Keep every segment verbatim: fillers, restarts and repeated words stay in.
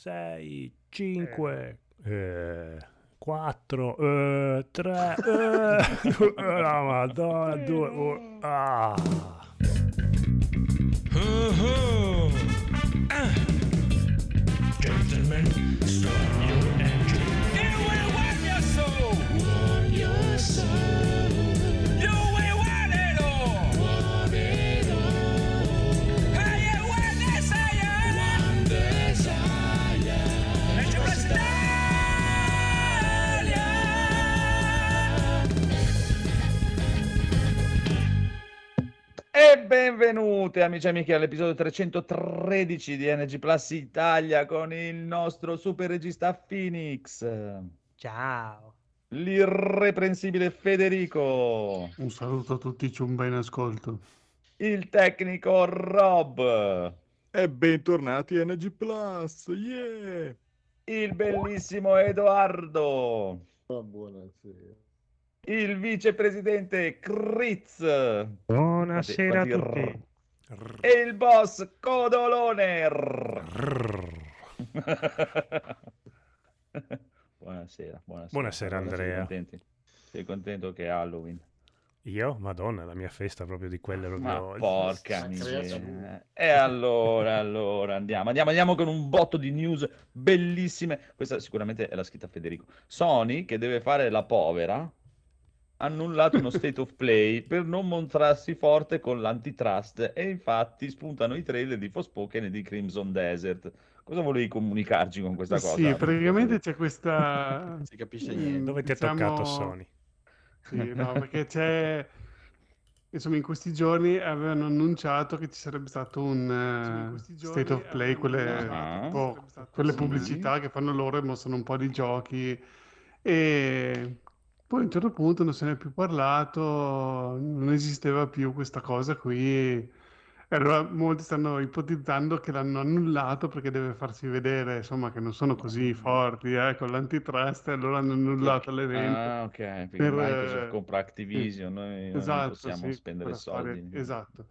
sei, cinque, quattro, tre, eh, la madonna, due, oh, ah. Uh-huh. Ah. Gentlemen, start your engine. You will warm your soul. Warm your soul. You will want it all. Want it all. Hey, you want desire. Want desire. And you must E benvenute amici e amiche all'episodio trecentotredici di N G Plus Italia con il nostro super regista Phoenix, Ciao. l'irreprensibile Federico, Un saluto a tutti, c'è un ben ascolto. il tecnico Rob E bentornati a N G Plus, yeah! il bellissimo Edoardo, Oh, buonasera. il vicepresidente Critz, Buonasera Quanti- a quanti tutti. r- e il boss Codolone. Buonasera, buonasera. Buonasera, Allora, siete Andrea. contenti? Sei contento che è Halloween? Io? Madonna, la mia festa proprio di quelle Ma proprio... porca Sacrea miseria. E allora, allora andiamo, andiamo, andiamo con un botto di news bellissime. Questa sicuramente è la scritta Federico. Sony, che deve fare la povera, ha annullato uno state of play per non mostrarsi forte con l'antitrust e infatti spuntano i trailer di Forspoken e di Crimson Desert. Cosa volevi comunicarci con questa cosa? Sì, praticamente c'è questa... Non si capisce Mm, niente. Dove ti è diciamo- toccato Sony? Sì, no, perché c'è... Insomma, in questi giorni avevano annunciato che ci sarebbe stato un eh, State of Play, quelle, Ah. tipo, quelle Sì. pubblicità che fanno loro e mostrano un po' di giochi. E poi a un certo punto non se ne è più parlato, non esisteva più questa cosa qui. E allora molti stanno ipotizzando che l'hanno annullato perché deve farsi vedere, insomma, che non sono così forti, eh, con l'antitrust, e allora hanno annullato l'evento. Ah, ok, perché Per, Microsoft eh, compra Activision, noi non Esatto, possiamo sì, spendere quella storia, soldi. esatto.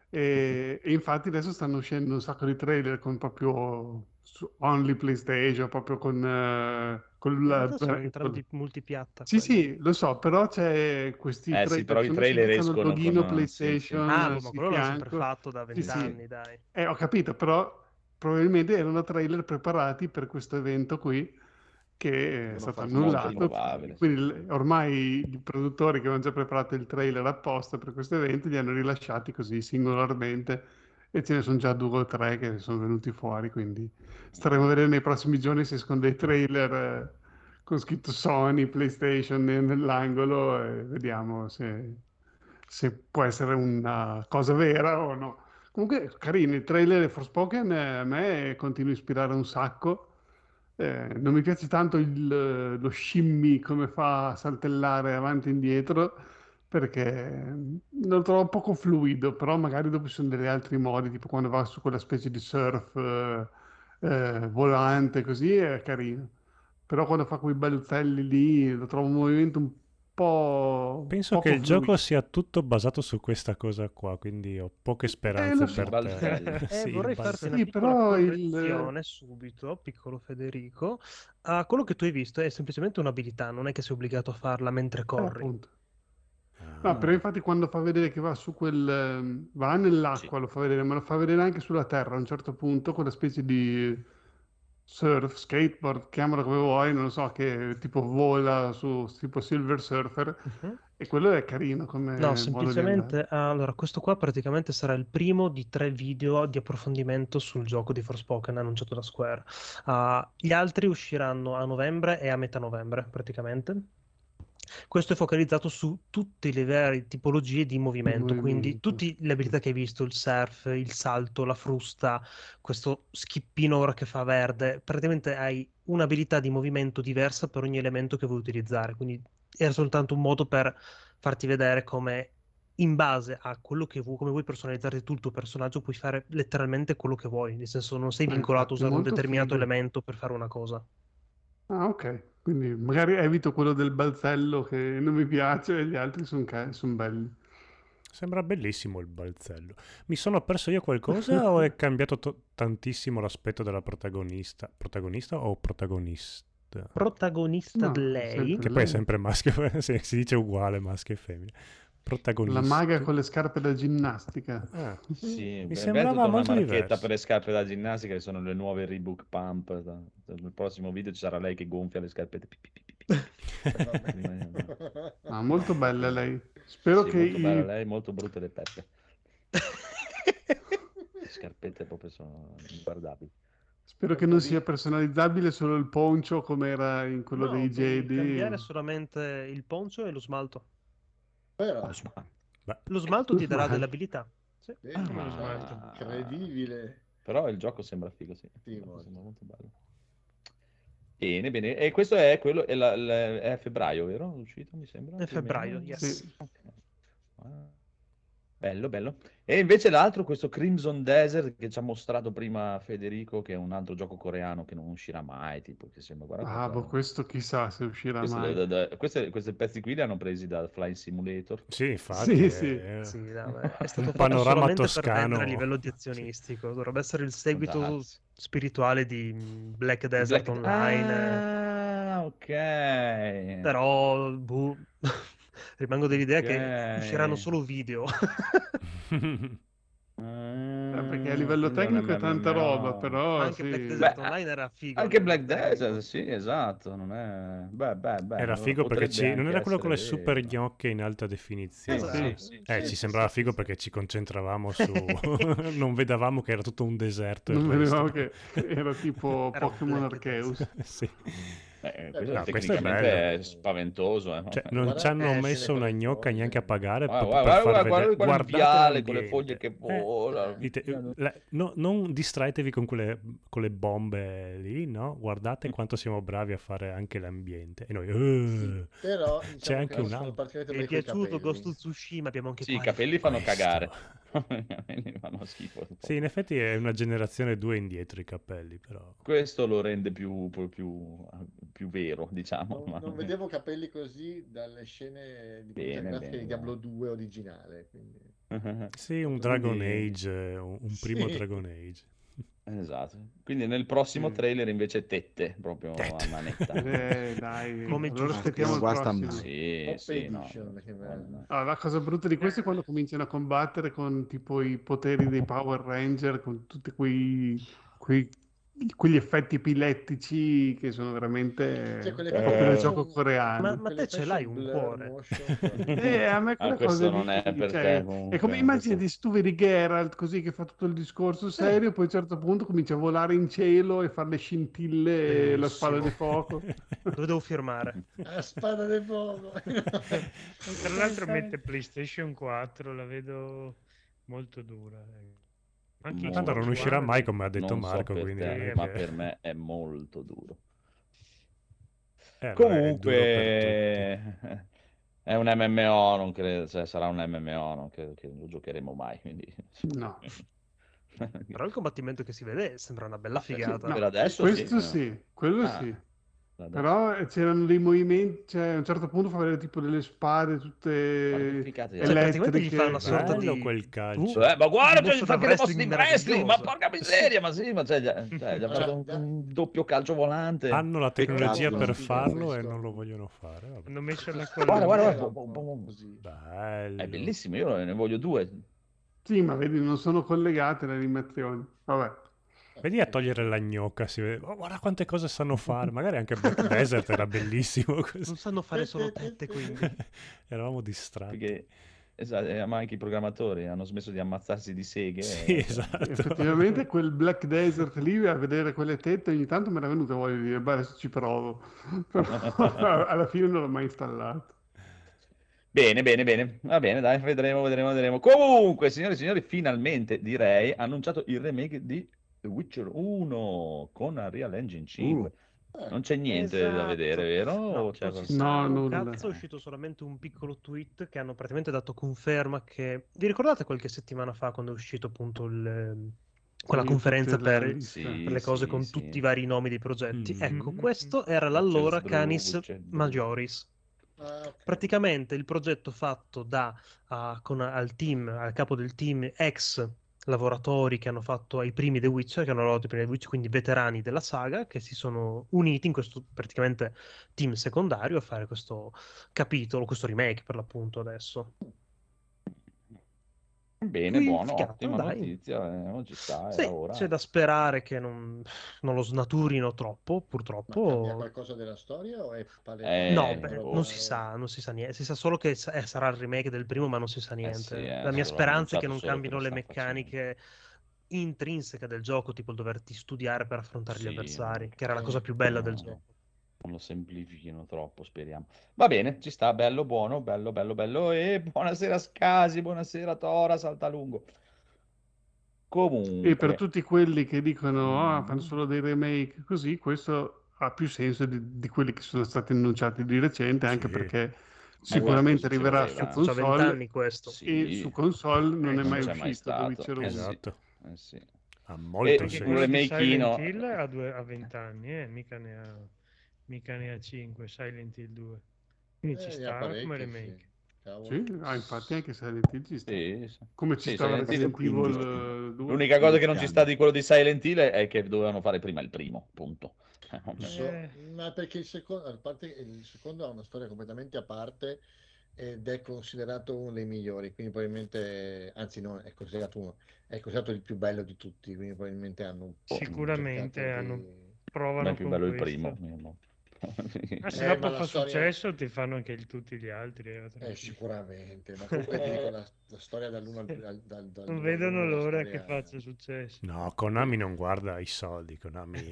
E, e infatti adesso stanno uscendo un sacco di trailer con proprio su- only PlayStation, proprio con, eh, con In la... realtà sono per- entrambi multipiatta. Sì, quelli. sì, lo so, però c'è questi Eh, sì, trailer, però i sono trailer usciti con il escono logino con- PlayStation Ah, eh, boh, ma sul quello l'hanno sempre fianco. fatto da Sì, sì. vent'anni, dai. Eh, ho capito, però probabilmente erano trailer preparati per questo evento qui che è Devono stato farsi molto annullato. probabile. Quindi l- ormai i produttori che avevano già preparato il trailer apposta per questo evento li hanno rilasciati così singolarmente e ce ne sono già due o tre che sono venuti fuori, quindi staremo a vedere nei prossimi giorni se escono dei trailer eh, con scritto Sony, PlayStation ne- nell'angolo e vediamo se, se può essere una cosa vera o no. Comunque, carini, il trailer di Forspoken eh, a me continua a ispirare un sacco. Eh, non mi piace tanto il- lo shimmy come fa a saltellare avanti e indietro perché mm, lo trovo poco fluido, però magari dopo ci sono degli altri modi, tipo quando va su quella specie di surf eh, eh, volante, così è carino. Però quando fa quei balzelli lì lo trovo un movimento un po' Penso poco che il gioco fluido. sia tutto basato su questa cosa qua, quindi ho poche speranze lo so. per Balzelli. te. Eh, Sì, il vorrei balzello. farti una Sì, piccola però il- correzione subito, piccolo Federico. Ah, quello che tu hai visto è semplicemente un'abilità, non è che sei obbligato a farla mentre Eh, corri. appunto. Ah. No, però infatti quando fa vedere che va su quel... ehm, va nell'acqua, lo fa vedere, ma lo fa vedere anche sulla terra a un certo punto, quella specie di surf, skateboard, chiamalo come vuoi, non lo so, che tipo vola su tipo Silver Surfer, Mhm. e quello è carino come No, modo di semplicemente, andare. allora, questo qua praticamente sarà il primo di tre video di approfondimento sul gioco di Forspoken annunciato da Square. Ah, gli altri usciranno a novembre e a metà novembre, praticamente. Questo è focalizzato su tutte le varie tipologie di movimento, quindi Movimento. tutte le abilità che hai visto, il surf, il salto, la frusta, questo schippino ora che fa verde, praticamente hai un'abilità di movimento diversa per ogni elemento che vuoi utilizzare, quindi era soltanto un modo per farti vedere come in base a quello che vuoi, come vuoi personalizzare tu il tuo personaggio, puoi fare letteralmente quello che vuoi, nel senso non sei Eh, vincolato a infatti, usare un molto determinato figo. elemento per fare una cosa. Ah, ok. Quindi magari evito quello del balzello che non mi piace e gli altri sono belli. Sembra bellissimo il balzello. Mi sono perso io qualcosa o è cambiato to- tantissimo l'aspetto della protagonista? Protagonista o protagonista? Protagonista No, lei. sempre Che poi è lei. sempre maschio, sì, si dice uguale maschio e femmina. Protagonista. La maga con le scarpe da ginnastica. Ah, Sì, mi beh, sembrava beh, tutta una molto marchetta diverso. per le scarpe da ginnastica che sono le nuove Reebok Pump. Da- Nel prossimo video ci sarà lei che gonfia le scarpette. Pi, pi, pi, pi, pi. Ah, molto bella lei. Spero Sì, che molto bella i- lei, molto brutte le peppe. Le scarpette proprio sono inguardabili. spero che non sia personalizzabile solo il poncio come era in quello No, dei devi Jedi. cambiare solamente il poncio e lo smalto. Però, Oh, sma- Beh, Lo smalto Lo ti darà smalto. delle abilità. Sì. vedi, Ah, uno ma- smalto incredibile. Però il gioco sembra figo, sì. Sì, Il gioco molto. sembra molto bello. Bene, bene. E questo è quello, è, la- la- è a febbraio, vero? L'uscita, mi sembra. È più o febbraio, meno? yes. Sì. Ok. Ah, bello, bello. E invece l'altro, questo Crimson Desert che ci ha mostrato prima Federico, che è un altro gioco coreano che non uscirà mai, tipo, che sembra, guarda Ah, qua. boh, questo chissà se uscirà Questo mai. da- da- da- queste, questi pezzi qui li hanno presi da Flying Simulator. sì, infatti. Sì, sì. è- Sì, no, beh, è stato un fatto panorama solamente per toscano. vendere a livello Sì. diazionistico. Dovrebbe essere il seguito Darsi. spirituale di mm, Black Desert Black- Online. Ah, ok. Però, boh, rimango dell'idea Ok. che usciranno solo video. Ah, Eh, perché a livello quindi è un tecnico è tanta M M O. roba, però Anche sì. Black Desert Beh, Online era figo. Anche a Black livello tecnico. Desert, sì, esatto, non è... Beh, beh, beh, Era allora figo perché potrebbe ci... non anche era quello con le essere super vero. gnocche in alta definizione. Esatto. Sì. Eh, Sì, ci sì, sembrava sì, figo sì. perché ci concentravamo su... non vedevamo che era tutto un deserto il Non resto. vedevamo che era tipo Era un Pokémon Black Arceus. Sì. Eh, questo No, questo è tecnicamente bello. è spaventoso. Eh. Cioè, non Guarda ci hanno che messo scene una con le gnocca foglie. neanche a pagare Guarda, proprio guarda, per far guarda, vedere. guarda, guarda il Guardate viale con le foglie l'ambiente. che Eh, volano. dite, la- no- non distraetevi con quelle, con le bombe lì, no? Guardate quanto siamo bravi a fare anche l'ambiente. E noi... "Uh". Però diciamo C'è anche che non un sono altro. particolarmente Mi è bei coi piaciuto capelli. Ghost of Tsushima, abbiamo anche Sì, qua i il- capelli fanno Questo. cagare. I capelli fanno schifo. Sì, in effetti è una generazione due indietro i capelli, però... Questo lo rende più, più, più vero, diciamo. Non, ma- non vedevo capelli così dalle scene di Bene, grafiche bene, di Diablo due originale. Quindi... Sì, un Dragon Quindi- Age, eh, un un primo Sì. Dragon Age. Esatto. Quindi nel prossimo Sì. trailer invece tette, proprio Tette. a manetta. Eh, dai, Come allora giusto. aspettiamo il Guasta prossimo. mai. Sì, Pop sì, no. Edition, che bello. Ah, la cosa brutta di questo è quando cominciano a combattere con tipo i poteri dei Power Ranger, con tutti quei, quei- quegli effetti epilettici che sono veramente Cioè, quelle Eh, proprio fashion- del gioco coreano. Ma- ma quelle te ce l'hai fashion un blur cuore? motion, Eh, a me quella Ah, questo cosa non lì, è per cioè, te, comunque, è come immaginati questo- se tu vedi Geralt così che fa tutto il discorso serio, poi a un certo punto comincia a volare in cielo e fare le scintille e la spada di fuoco. Dove devo firmare? La spada del fuoco. Tra l'altro mette PlayStation quattro, la vedo molto dura. eh. Anche Molto. Tanto non Xbox uscirà One, mai, come ha detto Non so Marco, per quindi te, non è ma che- per me è molto duro. Eh, allora è duro per Comunque è un M M O, non credo, cioè sarà un M M O, non credo che lo giocheremo mai, quindi... No. Però il combattimento che si vede sembra una bella figata. No, Per adesso questo sì, sì, quello Ah. sì. Adesso- Però eh, c'erano dei movimenti, cioè a un certo punto fa vedere tipo delle spade Guarda che tutte figata, Cioè, praticamente gli elettriche. fa una sorta Bello di- quel calcio. Eh, ma guarda, Un cioè, mosso fa da che le mosse wrestling di wrestling, ma meraviglioso. porca miseria, ma sì, ma cioè, gli ha, cioè, gli ha fatto un, un doppio calcio volante. Hanno la tecnologia cazzo, per non figo farlo e questo. non lo vogliono fare. vabbè. hanno messo la Guarda, guarda, colonna. guarda, bom, bom, bom. Così. Bello. È bellissimo, io ne voglio due. Sì, ma vedi, non sono collegate le animazioni. Vabbè. Vedi a togliere la gnocca, si vede. Oh, guarda quante cose sanno fare. Magari anche Black Desert era bellissimo così. Non sanno fare solo tette, quindi. Eravamo distratti. Perché esatto, eh, ma anche i programmatori hanno smesso di ammazzarsi di seghe. Sì, eh, esatto. Effettivamente quel Black Desert lì a vedere quelle tette ogni tanto mi era venuta voglia di dire, beh, adesso ci provo. Però alla fine non l'ho mai installato. Bene, bene, bene. Va bene, dai, vedremo, vedremo, vedremo. Comunque, signori e signori, finalmente direi ha annunciato il remake di The Witcher uno con Unreal Engine cinque. Eh, Non c'è niente da Esatto. vedere, vero? No, O c'è non si qualcosa? sa No, un nulla. cazzo, è uscito solamente un piccolo tweet che hanno praticamente dato conferma che... Vi ricordate qualche settimana fa quando è uscito appunto il... quella Sì, conferenza tutte le per, liste. Sì, per le cose sì, con sì. tutti i vari nomi dei progetti? Mm. Ecco, questo era l'allora Witcher Brew, Canis Witcher Brew. Majoris. Ah, ok. Praticamente il progetto fatto da, ah, con, al team, al capo del team, ex lavoratori che hanno fatto ai primi The Witcher, che hanno lavorato ai primi The Witcher, quindi veterani della saga, che si sono uniti in questo praticamente team secondario a fare questo capitolo, questo remake per l'appunto adesso. Bene, Qui, buono, figata, ottima dai. notizia, eh, non ci sta, era Sì, ora. c'è da sperare che non, non lo snaturino troppo, Ma cambia purtroppo. qualcosa della storia o è pale- No, Eh, palesemente beh, roba... non boh, si roba- sa, non si sa niente. Si sa solo che sa- eh, sarà il remake del primo, ma non si sa eh sì, niente. eh, La mia adesso l'hanno speranza è che annunciato non solo che cambino lo le stanno facendo. meccaniche intrinseche del gioco, tipo il doverti studiare per affrontare gli Sì, avversari, ma che era la Eh, cosa più bella del no, gioco. non lo semplifichino troppo, speriamo. Va bene, ci sta, bello, buono, bello, bello, bello. E buonasera Scasi, buonasera Tora, Saltalungo. E per Comunque, tutti quelli che dicono ah, fanno mm, solo dei remake così, questo ha più senso di, di quelli che sono stati annunciati di recente, anche Sì. perché eh, questo sicuramente sì ci arriverà su voleva. Cazzo, c'ha console vent'anni questo. e su Sì, console non è Eh non mai sì, c'è mai uscito The stato. Witcher Eh uno. sì, Esatto. eh sì. Ha E molto anche un quello di senso. Silent remakeino. Hill ha, due- ha venti anni, eh, mica ne ha, mica ne ha cinque, Silent Hill due. Quindi ci eh, ne ha sta come parecchie, sì. remake. Cavolo. Sì, ah, infatti anche Silent Hill ci sta. Sì, sì. Come ci Sì, stava Silent Hill è Resident Evil quindici. eh, due. L'unica cosa che non ci quindici sta anni. di quello di Silent Hill è che dovevano fare prima il primo, punto. So- Eh, ma perché il secondo, a parte il secondo ha una storia completamente a parte ed è considerato uno dei migliori, quindi probabilmente, anzi no, è considerato uno, è considerato il più bello di tutti, quindi probabilmente hanno un po' sicuramente cercato hanno, di... A me è provano più con bello il primo. questo. Ma se Eh, dopo ma la fa storia... successo ti fanno anche il- tutti gli altri, eh, Eh, tranquillo. sicuramente, ma comunque ti dico la, la storia dall'uno al, dal, dal, dal Non due all'uno, vedono la l'ora che storia... faccia successo. No, Konami non guarda i soldi, Konami...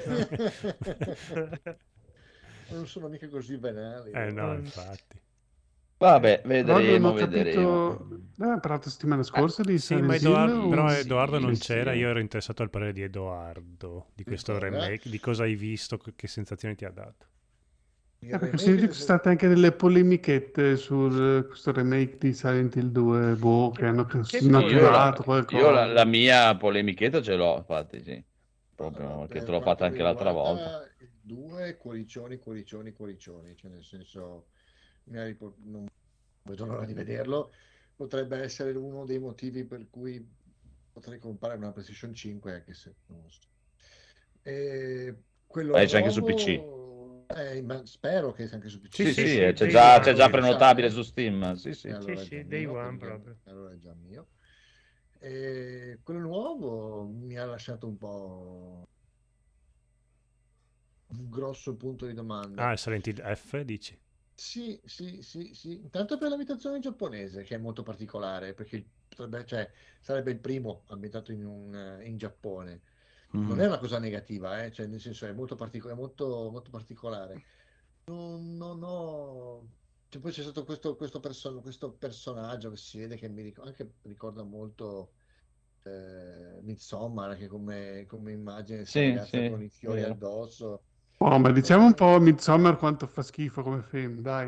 Non sono mica così venali. Eh no, Non- infatti. Vabbè, Però non ho vedremo, vedremo. capito, eh, parlato settimana Eh, scorsa di Sì, ma Silent Hill Edoardo, però o... sì, Edoardo non sì. c'era, io ero interessato al parere di Edoardo, di Di questo cosa? remake, di cosa hai visto, che sensazioni ti ha dato. Il Eh, perché ho remake sentito del- che ci sono state anche delle polemichette su questo remake di Silent Hill due, boh, che hanno Che Io la, snaturato io la, qualcosa. la mia polemichetta ce l'ho, infatti, sì. No, Proprio no, che te per l'ho fatta quanto anche l'altra volta. riguarda il due, cuoricioni, cuoricioni, cuoricioni, cioè nel senso, mi ha ripor- non vedo l'ora di vederlo, potrebbe essere uno dei motivi per cui potrei comprare una PlayStation cinque, anche se non lo so. E quello Eh, c'è anche su P C. nuovo, eh, ma spero che sia anche su P C. Sì, Sì, sì, sì, sì, eh, c'è Day già, One. c'è già È prenotabile ufficiale? su Steam. Sì, E sì. allora Sì, è già sì, Day mio, One quindi- proprio. allora è già mio. E quello nuovo mi ha lasciato un po' un grosso punto di domanda. Ah, Silent Hill F, dici? Sì, sì, sì, sì. Intanto per l'abitazione giapponese, che è molto particolare, perché potrebbe, cioè, sarebbe il primo ambientato in, un, in Giappone. Non è Mm. una cosa negativa, eh, cioè, nel senso è molto, partico- è molto, molto particolare. Non, non ho... Cioè, poi c'è stato questo, questo, perso- questo personaggio che si vede che mi ric- anche ricorda molto eh, Midsommar, anche come, come immagine, questa Sì, ragazza sì, con i fiori vero. addosso. Oh, ma diciamo un po' Midsommar quanto fa schifo come film, dai.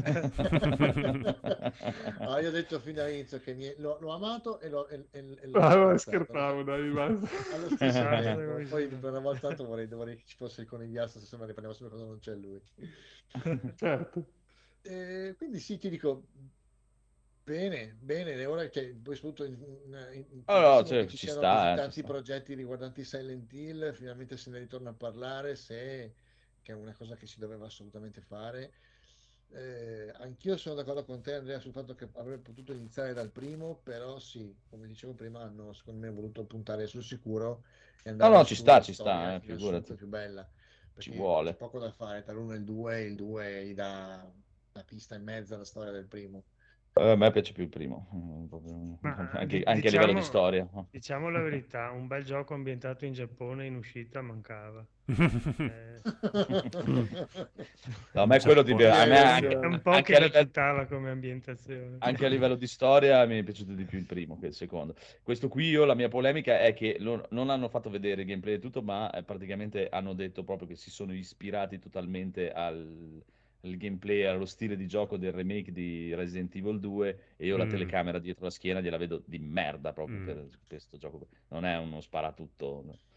Ah, io ho detto fin dall'inizio che mi- l'ho, l'ho amato e l'ho, e- e- e l'ho Ah, no, disprezzato scherzavo, dai, basta. allo stesso Basta tempo. così. Poi per una volta tanto vorrei, vorrei che ci fosse il conigliastro, se ne parliamo sempre quando non c'è lui. Certo. E quindi sì, ti dico bene, bene, è ora che poi soprattutto in, in, in- Oh, no, bellissimo cioè, che ci ci siano sta, così eh, ci tanti sta. progetti riguardanti Silent Hill, finalmente se ne ritorna a parlare, se che è una cosa che si doveva assolutamente fare. Eh, anch'io sono d'accordo con te, Andrea, sul fatto che avrebbe potuto iniziare dal primo, però sì, come dicevo prima, hanno secondo me voluto puntare sul sicuro e No, andare no, ci su sta, una ci storia sta, eh, fino figurati. più bella, Ci perché c'è vuole. poco da fare tra l'uno e il due, il due gli dà una pista e mezza alla storia del primo. Eh, a me piace più il primo, mm, proprio- Ma anche, di- anche a livello di diciamo, storia. diciamo la verità, un bel gioco ambientato in Giappone in uscita mancava. Eh, No, a me quello ti Giappone. a me Sì, anche, è un po' anche che a la livello, citava come ambientazione. anche a livello di storia mi è piaciuto di più il primo che il secondo. Questo qui io, la mia polemica è che lo- non hanno fatto vedere il gameplay e tutto, ma eh, praticamente hanno detto proprio che si sono ispirati totalmente al, al gameplay e allo stile di gioco del remake di Resident Evil due e io la Mm. telecamera dietro la schiena gliela vedo di merda proprio Mm. per questo gioco. Non è uno sparatutto.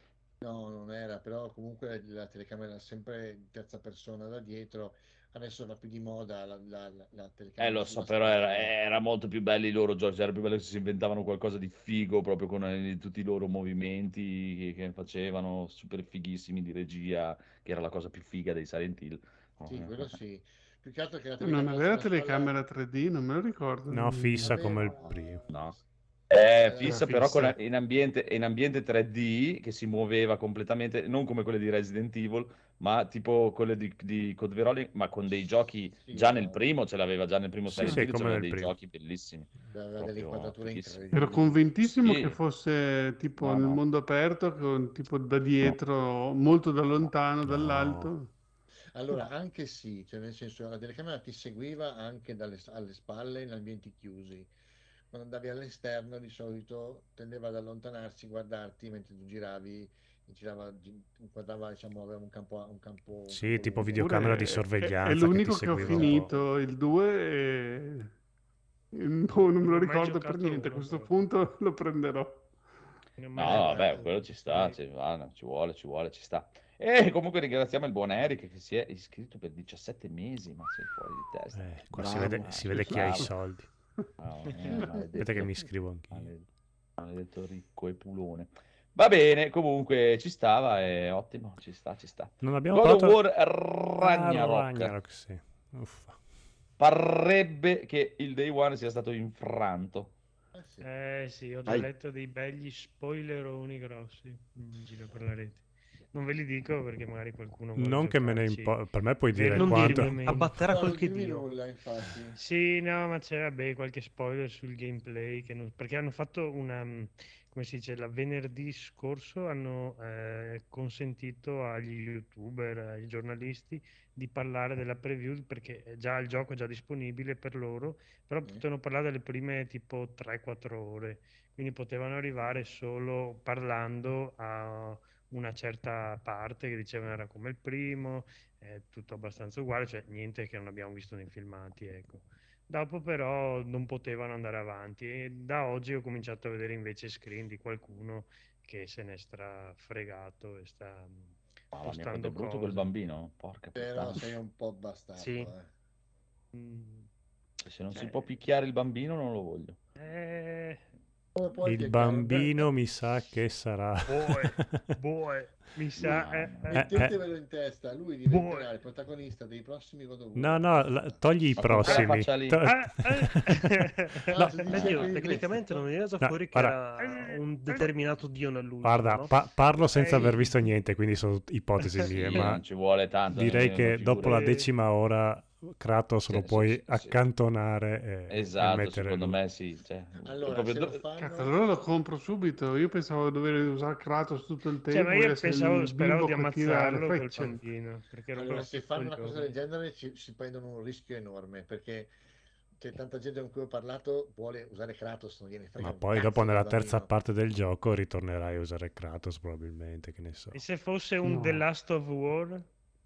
No, non era, però comunque la telecamera era sempre in terza persona da dietro. Adesso va più di moda la, la, la- la Eh, telecamera lo so, sulla però era, spalla. era molto più belli i loro giochi, era più bello che si inventavano qualcosa di figo proprio con eh, tutti i loro movimenti che, che facevano, super fighissimi di regia, che era la cosa più figa dei Silent Hill. Sì, quello sì. Più che altro che la Non telecamera aveva sulla spalla telecamera tre D, non me lo ricordo. No, fissa Mm. come il aveva... primo. No. Eh, eh, fissa però con- fissa. in ambiente, in ambiente tre D che si muoveva completamente, non come quelle di Resident Evil, ma tipo quelle di, di Code Veronica, ma con dei giochi sì, già nel no, primo, ce l'aveva già nel primo Sì, Silent sì, Hill, come c'aveva nel dei primo. giochi bellissimi, aveva delle proprio inquadrature fighissimi. Ero incredibili. convintissimo Sì, che fosse tipo no, nel no, mondo aperto, con, tipo da no, dietro, molto da lontano, No. dall'alto. Allora, no. anche sì, cioè nel senso la telecamera ti seguiva anche dalle, alle spalle in ambienti chiusi. Quando andavi all'esterno di solito tendeva ad allontanarsi, guardarti mentre tu giravi, girava, gi- inquadrava, diciamo, aveva un campo, un campo, un Sì, campo tipo lungo. videocamera di Eppure è, è- è sorveglianza che ti l'unico che ho seguiva un po'. finito, il due, e boh, non me Non lo ho mai ricordo per giocato niente. A uno questo proprio. punto lo prenderò. Non ho mai No, Eh, giocato vabbè, guarda, quello uno. ci sta, ci, va, no, ci vuole, ci vuole, ci sta. E comunque ringraziamo il buon Eric che si è iscritto per diciassette mesi, ma sei fuori di testa. Eh, qua si vede, Bravo, si vede chi ha i bravo. soldi. No, eh, Aspetta che maledetto, mi iscrivo anch'io. male- maledetto ricco e pulone. Va bene, comunque ci stava, è ottimo, ci sta, ci sta. Non abbiamo God of parlato... War Ah, Ragnarok. Ragnarok, sì. Uffa. Parrebbe che il Day One sia stato infranto. eh sì. Eh sì, ho già Vai. letto dei begli spoileroni grossi in giro per la rete. Non ve li dico perché magari qualcuno vuole Non che me ne giocarci importa, per me puoi dire Non quanto... verosimilmente. Abbatterà No, non qualche dirmi dio. nulla, infatti. Sì, no, ma c'è vabbè, qualche spoiler sul gameplay che non- perché hanno fatto una, mm, come si dice, la venerdì scorso hanno eh, consentito agli youtuber, ai giornalisti di parlare della preview perché è già il gioco è già disponibile per loro, però Mm. potevano parlare delle prime tipo tre quattro ore, quindi potevano arrivare solo parlando a una certa parte che dicevano era come il primo, è tutto abbastanza uguale, cioè niente che non abbiamo visto nei filmati, ecco. Dopo però non potevano andare avanti e da oggi ho cominciato a vedere invece screen di qualcuno che se ne sta fregato e sta mm, Mamma mia, quanto postando è brutto quel cose. bambino, porca Però puttana. sei un po' bastardo, Sì. eh. Mm, Se non si cioè, può picchiare il bambino non lo voglio. eh, Come puoi Il piegare un bambino mi sa che sarà... boy, boy, mi sa... eh, Mamma eh, mia. eh. Mettetevelo in testa, lui Boh. diventerà il protagonista dei prossimi God of War. No, no, la- togli i Ma con quella prossimi. faccia lì. To- Ah, eh. Ah, No, se dici Oddio, che- tecnicamente non mi è venuto No, fuori che guarda. era un determinato dio nell'ultimo, Guarda, no? pa- parlo senza aver Ehi. visto niente, quindi sono ipotesi Sì, mie, non ma ci vuole tanto. direi nemmeno, che dopo la figurati. decima ora Kratos Sì, lo sì, puoi sì, sì. accantonare e, e Esatto, mettere secondo lui. me sì. Cioè, Allora, proprio se do- lo fanno... Cazzo, allora lo compro subito. Io pensavo di dover usare Kratos tutto il Cioè, tempo. ma io essere pensavo, il speravo bimbo di che tira le ammazzarlo quel frecce. bambino, perché ero Allora, se proprio fanno una cosa coglione. del genere ci- si prendono un rischio enorme, perché c'è tanta gente con cui ho parlato vuole usare Kratos, non gliene frega Ma un poi cazzo dopo del nella terza bambino. parte del gioco ritornerai a usare Kratos probabilmente, che ne so. E se fosse un No. The Last of War?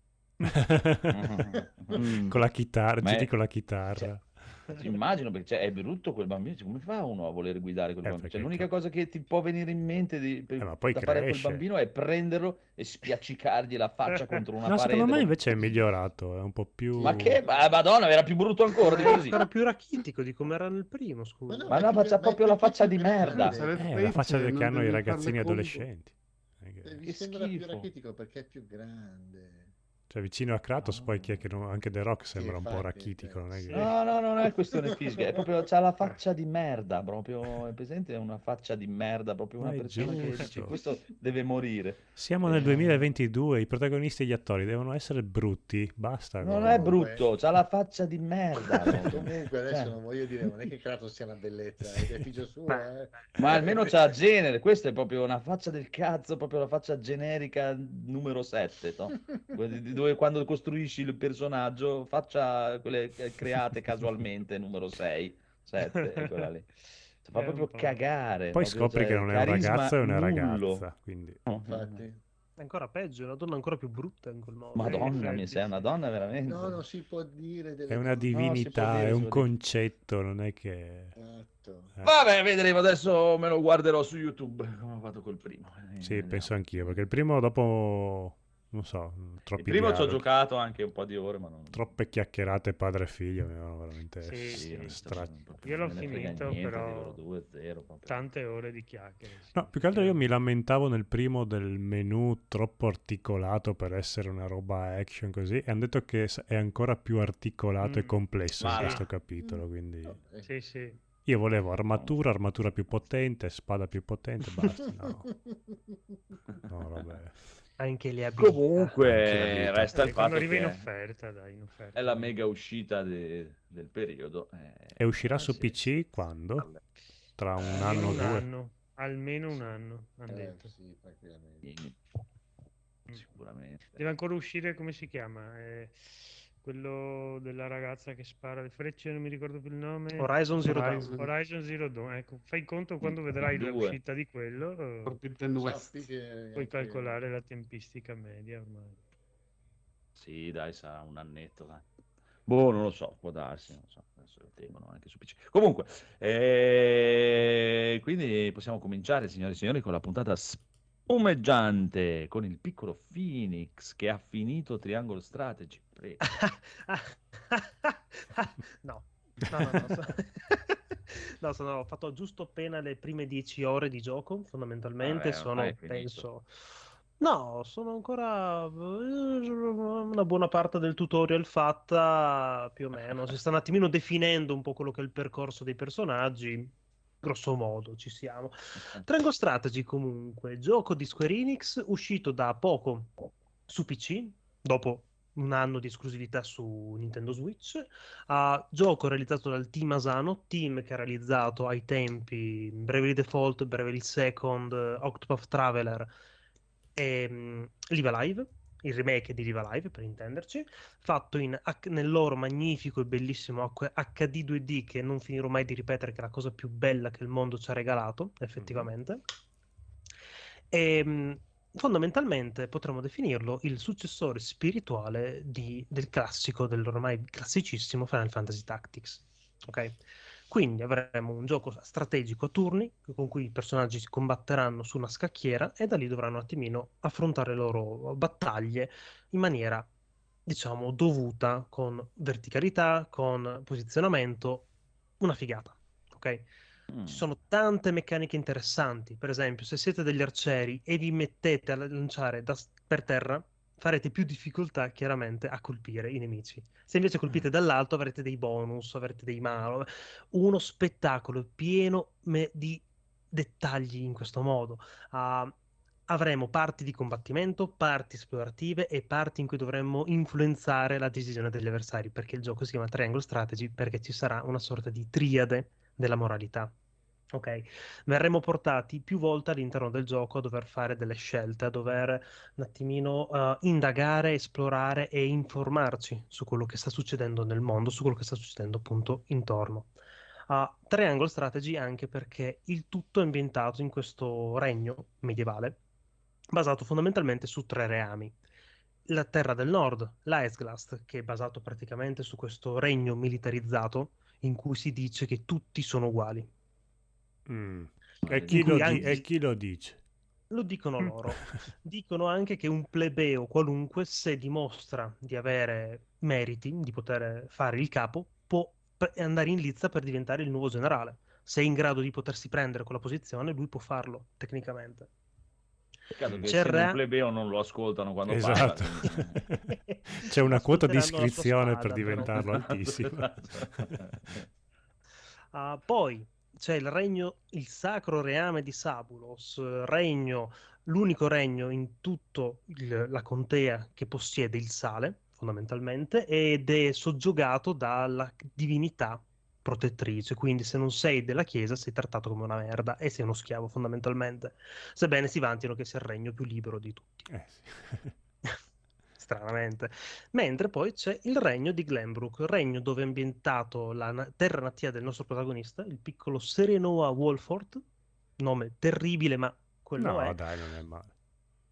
Mm. Con la chitarra, Ma giri è- con la chitarra. Ti immagino perché cioè, è brutto quel bambino, cioè, come fa uno a voler guidare quel Eh, bambino? Cioè, perché l'unica ca- cosa che ti può venire in mente di- per- Eh, ma poi da fare a quel cresce. bambino è prenderlo e spiaccicargli la faccia contro una No, secondo parete. me invece è migliorato, è un po' più... Ma che? Ma, Madonna, era più brutto ancora di Era, così. era più rachitico di come era nel primo, scusa. no, Ma è no, più- ma c'ha ma è proprio la perché faccia più di merda. grande. Se le Eh, la faccia frecce, che non hanno i devi ragazzini farle conto. adolescenti. Eh, che- Devi Che sembra più schifo. rachitico perché è più grande. Cioè, vicino a Kratos, poi chi è che non... anche The Rock sembra un po' infatti, rachitico, cioè, non è sì. che... No, no, non è questione fisica, è proprio, c'ha la faccia di merda, proprio, è presente? È una faccia di merda, proprio una Ma è persona che giusto. dice, questo deve morire. Siamo nel Eh. duemilaventidue, i protagonisti e gli attori devono essere brutti, basta. Non con- è brutto, c'ha la faccia di merda. proprio. Comunque adesso Cioè, non voglio dire, non è che Kratos sia una bellezza, è del figlio suo, Beh. eh. ma almeno c'ha genere, questa è proprio una faccia del cazzo, proprio la faccia generica numero sette, no? Dove- dove quando costruisci il personaggio, faccia quelle create casualmente numero sei, sette, è quella lì. Cioè, fa È un proprio po'. cagare. Poi proprio, scopri cioè, che non è un carisma ragazzo, è una nullo. ragazza, quindi... Infatti. È ancora peggio, è una donna ancora più brutta in quel modo. Madonna mia, effetti, sei una sì. donna veramente. No, non si può dire delle È una cose. No, si può divinità, dire, è si un può dire. concetto, non è che... Esatto. eh. Vabbè, vedremo, adesso me lo guarderò su YouTube, come ho fatto col primo. Eh, Sì, vediamo. penso anch'io, perché il primo dopo, non so, Il troppi primo ci ho dialoghi, giocato anche un po' di ore, ma non... troppe chiacchierate padre e figlio, mi avevano veramente Sì, Sì, sì. non stra- so, proprio Io l'ho non me ne frega finito, niente di però loro due, zero proprio. tante ore di chiacchiere. Sì. No, più che altro io mi lamentavo nel primo del menu troppo articolato per essere una roba action così, e hanno detto che s- è ancora più articolato e Mm. complesso in Ma questo va. capitolo, quindi Vabbè. Sì, sì. io volevo armatura, armatura più potente, spada più potente, basta, no, no, vabbè. Anche le abilità. Anche Comunque, le abilità. resta il Eh, quando fatto arriva in che offerta, dai, in offerta. è la mega uscita de- del periodo. eh, E uscirà ah, su sì. P C quando? Vabbè. Tra un Eh, anno o un due? anno, almeno un anno, hanno Eh, detto. sì, tranquillamente. Sì, Mm. sicuramente. Deve ancora uscire, come si chiama? Eh, quello della ragazza che spara le frecce, non mi ricordo più il nome. Horizon Zero Dawn. Horizon. Horizon Zero Dawn. Ecco, fai conto quando vedrai Due. l'uscita di quello, eh, Forbidden West. Sappi che puoi anche- calcolare la tempistica media ormai. Sì, dai, sarà un annetto, dai. Boh, non lo so, può darsi, non lo so, adesso lo tengono anche su P C. Comunque, eh, quindi possiamo cominciare, signore e signori, con la puntata spumeggiante, con il piccolo Phoenix che ha finito Triangle Strategy. Prego. No, no, no, no. so- No, sono, ho fatto giusto appena le prime dieci ore di gioco, fondamentalmente. Vabbè, sono, ormai è finito. penso... No, sono ancora eh, una buona parte del tutorial fatta, più o meno. Si sta un attimino definendo un po' quello che è il percorso dei personaggi. Grosso modo, ci siamo. Triangle Strategy, comunque, gioco di Square Enix, uscito da poco su P C, dopo un anno di esclusività su Nintendo Switch. Uh, gioco realizzato dal team Asano, team che ha realizzato ai tempi Bravely Default, Bravely Second, eh, Octopath Traveler e mm, Live Alive, il remake di Live Alive per intenderci, fatto in H- nel loro magnifico e bellissimo H D due D, che non finirò mai di ripetere che è la cosa più bella che il mondo ci ha regalato, effettivamente. E mm, fondamentalmente potremmo definirlo il successore spirituale di- del classico, dell'ormai classicissimo Final Fantasy Tactics. Ok? Quindi avremo un gioco strategico a turni con cui i personaggi si combatteranno su una scacchiera e da lì dovranno un attimino affrontare le loro battaglie in maniera, diciamo, dovuta, con verticalità, con posizionamento, una figata. Ok? Mm. Ci sono tante meccaniche interessanti. Per esempio, se siete degli arcieri e vi mettete a lanciare da, per terra, farete più difficoltà chiaramente a colpire i nemici. Se invece colpite dall'alto avrete dei bonus, avrete dei malo. Uno spettacolo pieno me- di dettagli in questo modo. Ah, avremo parti di combattimento, parti esplorative e parti in cui dovremmo influenzare la decisione degli avversari, perché il gioco si chiama Triangle Strategy, perché ci sarà una sorta di triade della moralità. Ok, verremo portati più volte all'interno del gioco a dover fare delle scelte, a dover un attimino eh, indagare, esplorare e informarci su quello che sta succedendo nel mondo, su quello che sta succedendo appunto intorno. Uh, Triangle Strategy anche perché il tutto è ambientato in questo regno medievale, basato fondamentalmente su tre reami. La Terra del Nord, l'Aesglast, che è basato praticamente su questo regno militarizzato in cui si dice che tutti sono uguali. Mm. Ah, E, chi In lo cui di- anche- e chi lo dice? Lo dicono Mm. loro. Dicono anche che un plebeo qualunque, se dimostra di avere meriti, di poter fare il capo, può pre- andare in lizza per diventare il nuovo generale. Se è in grado di potersi prendere quella posizione, lui può farlo, tecnicamente. Peccato che C'è essendo un re- plebeo non lo ascoltano quando Esatto. parla. quindi- C'è una quota di Ascolteranno la sua iscrizione per spada, però. diventarlo Esatto, altissima. esatto. Ah, poi c'è il regno, il sacro reame di Sabulos, eh, regno, l'unico regno in tutto il- la contea che possiede il sale, fondamentalmente, ed è soggiogato dalla divinità protettrice. Quindi se non sei della chiesa sei trattato come una merda e sei uno schiavo, fondamentalmente. Sebbene si vantino che sia il regno più libero di tutti. Eh, sì. Stranamente. Mentre poi c'è il regno di Glenbrook, il regno dove è ambientato la na- terra natia del nostro protagonista, il piccolo Serenoa Wolford, nome terribile, ma quello No, è. dai, non è male.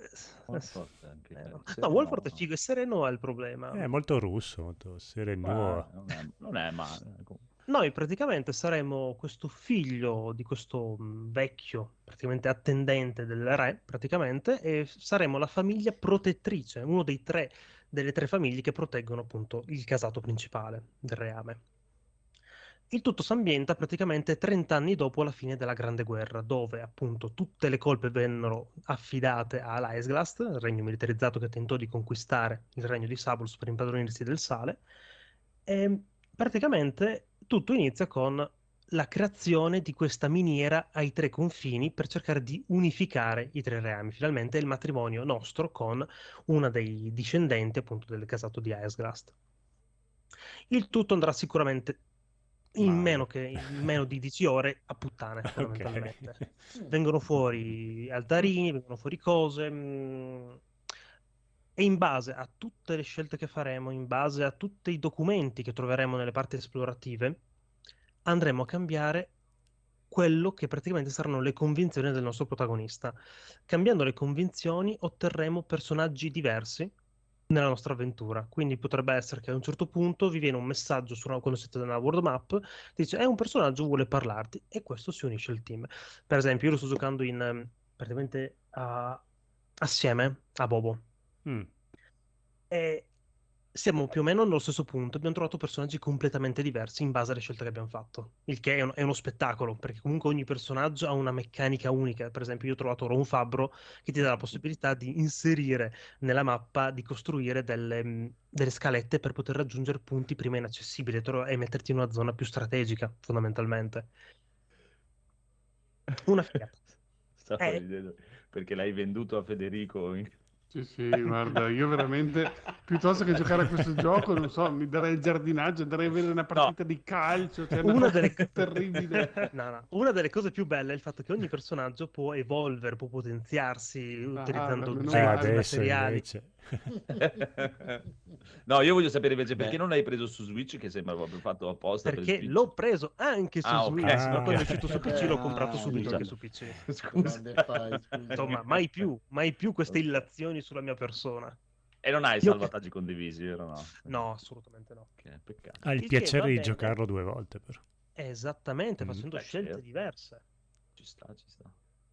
Wolford è più Eh, bello. no, Sereno, Wolford è figo e Sereno è il problema. È molto russo, molto sereno. Beh, non è, non è male. comunque. Noi praticamente saremo questo figlio di questo mh, vecchio, praticamente attendente del re, praticamente, e saremo la famiglia protettrice, uno dei tre, delle tre famiglie che proteggono appunto il casato principale del reame. Il tutto si ambienta praticamente trenta anni dopo la fine della Grande Guerra, dove appunto tutte le colpe vennero affidate a Laesglast, il regno militarizzato che tentò di conquistare il regno di Sabuls per impadronirsi del sale. E praticamente tutto inizia con la creazione di questa miniera ai tre confini per cercare di unificare i tre reami. Finalmente il matrimonio nostro con una dei discendenti appunto del casato di Aesglast. Il tutto andrà sicuramente in Male. meno, che, in meno di dieci ore a puttane, Ok. fondamentalmente. Vengono fuori altarini, vengono fuori cose. mh, E in base a tutte le scelte che faremo, in base a tutti i documenti che troveremo nelle parti esplorative, andremo a cambiare quello che praticamente saranno le convinzioni del nostro protagonista. Cambiando le convinzioni otterremo personaggi diversi nella nostra avventura. Quindi potrebbe essere che a un certo punto vi viene un messaggio su una- quando siete nella world map, dice è un personaggio vuole parlarti e questo si unisce al team. Per esempio, io lo sto giocando in ehm, praticamente a- assieme a Bobo. Mm. E siamo più o meno nello stesso punto. Abbiamo trovato personaggi completamente diversi in base alle scelte che abbiamo fatto. Il che è, un- è uno spettacolo, perché comunque ogni personaggio ha una meccanica unica. Per esempio, io ho trovato ora un fabbro che ti dà la possibilità di inserire nella mappa, di costruire delle, mh, delle scalette per poter raggiungere punti prima inaccessibili tro- e metterti in una zona più strategica, fondamentalmente. Una figata. Stavo Eh. ridendo perché l'hai venduto a Federico. in- Sì, sì, guarda, io veramente, piuttosto che giocare a questo gioco, non so, mi darei il giardinaggio, andrei a vedere una partita di calcio, cioè una Una cosa delle... terribile. No, no. Una delle cose più belle è il fatto che ogni personaggio può evolvere, può potenziarsi utilizzando meno Eh, oggetti, male. adesso materiali. invece. No, io voglio sapere invece perché Beh. non l'hai preso su Switch, che sembra proprio fatto apposta per Perché Switch. l'ho preso anche su Ah, ok. Switch, Ah. ma quando è uscito su P C l'ho comprato Ah, subito scusa. anche su P C. Scusa. Grande fai, scusa. Insomma, mai più, mai più queste Ok. illazioni sulla mia persona. E non hai Io- salvataggi condivisi, vero? No, No, assolutamente no. Ok, peccato. Ha il Il che piacere va di bene. giocarlo due volte, però. Esattamente, Mm. facendo Beh, scelte certo. diverse. Ci sta, ci sta.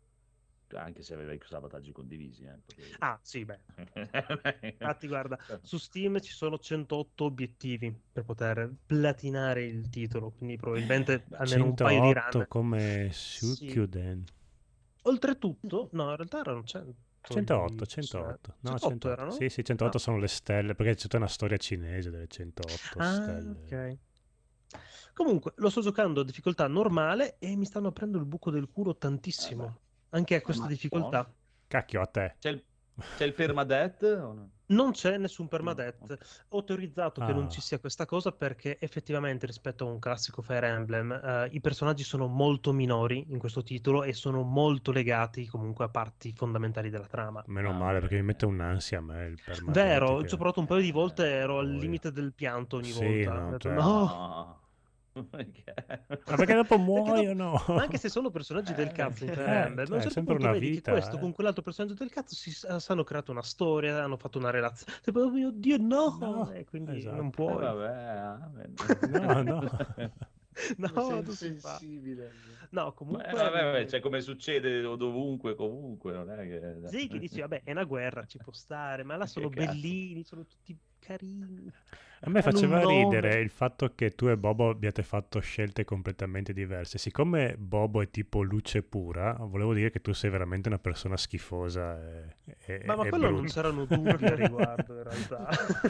Anche se avevi salvataggi condivisi. Eh, potevi- Ah, sì, beh. Infatti, guarda, su Steam ci sono centootto obiettivi per poter platinare il titolo, quindi probabilmente almeno un paio di centootto run. come Sì. Sukyuden. Oltretutto, no, in realtà erano cento. centootto, di- centootto. No, centotto centootto. erano? Sì, sì, centootto Ah. sono le stelle, perché c'è tutta una storia cinese delle centootto Ah, stelle. ok. Comunque, lo sto giocando a difficoltà normale e mi stanno aprendo il buco del culo tantissimo. Eh beh. Anche a questa ma difficoltà. Cacchio, a te. C'è il, c'è il permadeath o no? Non c'è nessun permadeath. No, ok. Ho teorizzato che non Ah. ci sia questa cosa perché effettivamente rispetto a un classico Fire Emblem eh, i personaggi sono molto minori in questo titolo e sono molto legati comunque a parti fondamentali della trama. Meno Ah, male, ok, perché mi ok. mette un'ansia a me il permanente. Vero, che- ci ho provato un paio di volte, ero al Poi- limite del pianto ogni Sì, volta. no, Ho detto, cioè- no! No. Perché? Ma perché dopo Perché muoiono? Ma anche se sono personaggi del Eh, cazzo in eh, Fire cioè, Emblem, a è un certo sempre punto una vedi che vita, questo eh. con quell'altro personaggio del cazzo si s- hanno creato una storia, hanno fatto una relazione. E poi, oh mio Dio, no! No, E quindi esatto. non Eh, puoi. vabbè, amen. No, no. No, Sei non si fa. insensibile. No, Eh, comunque... vabbè, vabbè, cioè come succede dovunque, comunque, non è che... Sì, che dici, vabbè, è una guerra, ci può stare, ma là sono Che cazzo. bellini, sono tutti carini. A me Hanno un faceva nome. ridere il fatto che tu e Bobo abbiate fatto scelte completamente diverse. Siccome Bobo è tipo luce pura, volevo dire che tu sei veramente una persona schifosa e, e, Ma, ma e quello non brutta. c'erano dubbi a riguardo, in realtà.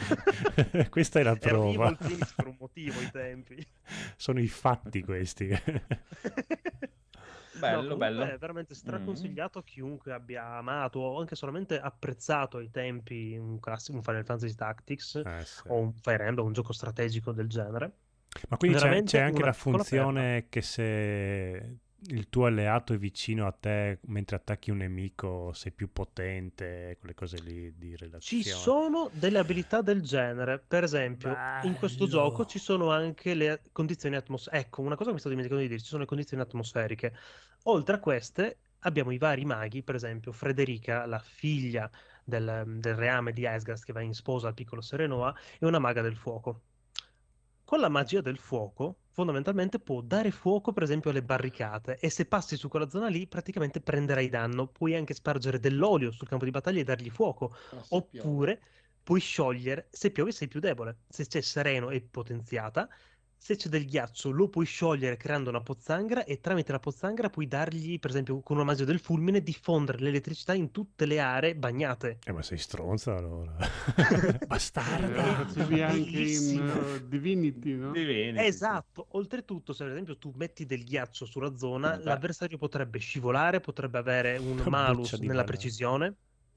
Questa è la Ero prova. Evil Phoenix per un motivo ai tempi. Sono i fatti questi. Bello, No, comunque bello. È veramente straconsigliato a chiunque abbia amato o anche solamente apprezzato ai tempi un classico, un Final Fantasy Tactics Eh, sì. o un Fire Emblem, un gioco strategico del genere. Ma quindi c'è, veramente c'è anche una la piccola funzione che se il tuo alleato è vicino a te mentre attacchi un nemico sei più potente, quelle cose lì di relazione. Ci sono delle abilità del genere, per esempio, in questo Bello. gioco ci sono anche le condizioni atmosferiche. Ecco, una cosa che mi sto dimenticando di dire, ci sono le condizioni atmosferiche. Oltre a queste, abbiamo i vari maghi, per esempio Frederica, la figlia del, del reame di Asgard che va in sposa al piccolo Serenoa, è una maga del fuoco. Con la magia del fuoco, fondamentalmente può dare fuoco, per esempio, alle barricate, e se passi su quella zona lì, praticamente prenderai danno. Puoi anche spargere dell'olio sul campo di battaglia e dargli fuoco. Ah, se piove. Oppure puoi sciogliere, se piove sei più debole. Se c'è sereno è potenziata. Se c'è del ghiaccio lo puoi sciogliere creando una pozzanghera e tramite la pozzanghera puoi dargli, per esempio, con una magia del fulmine, diffondere l'elettricità in tutte le aree bagnate. Eh, ma sei stronza allora. Eh, Bastardo. lo facevi anche in Bellissimo. uh, Divinity, no? Divinity, sì. Esatto, oltretutto se per esempio tu metti del ghiaccio sulla zona, Eh, beh. l'avversario potrebbe scivolare, potrebbe avere un Una malus buccia di nella banana. precisione,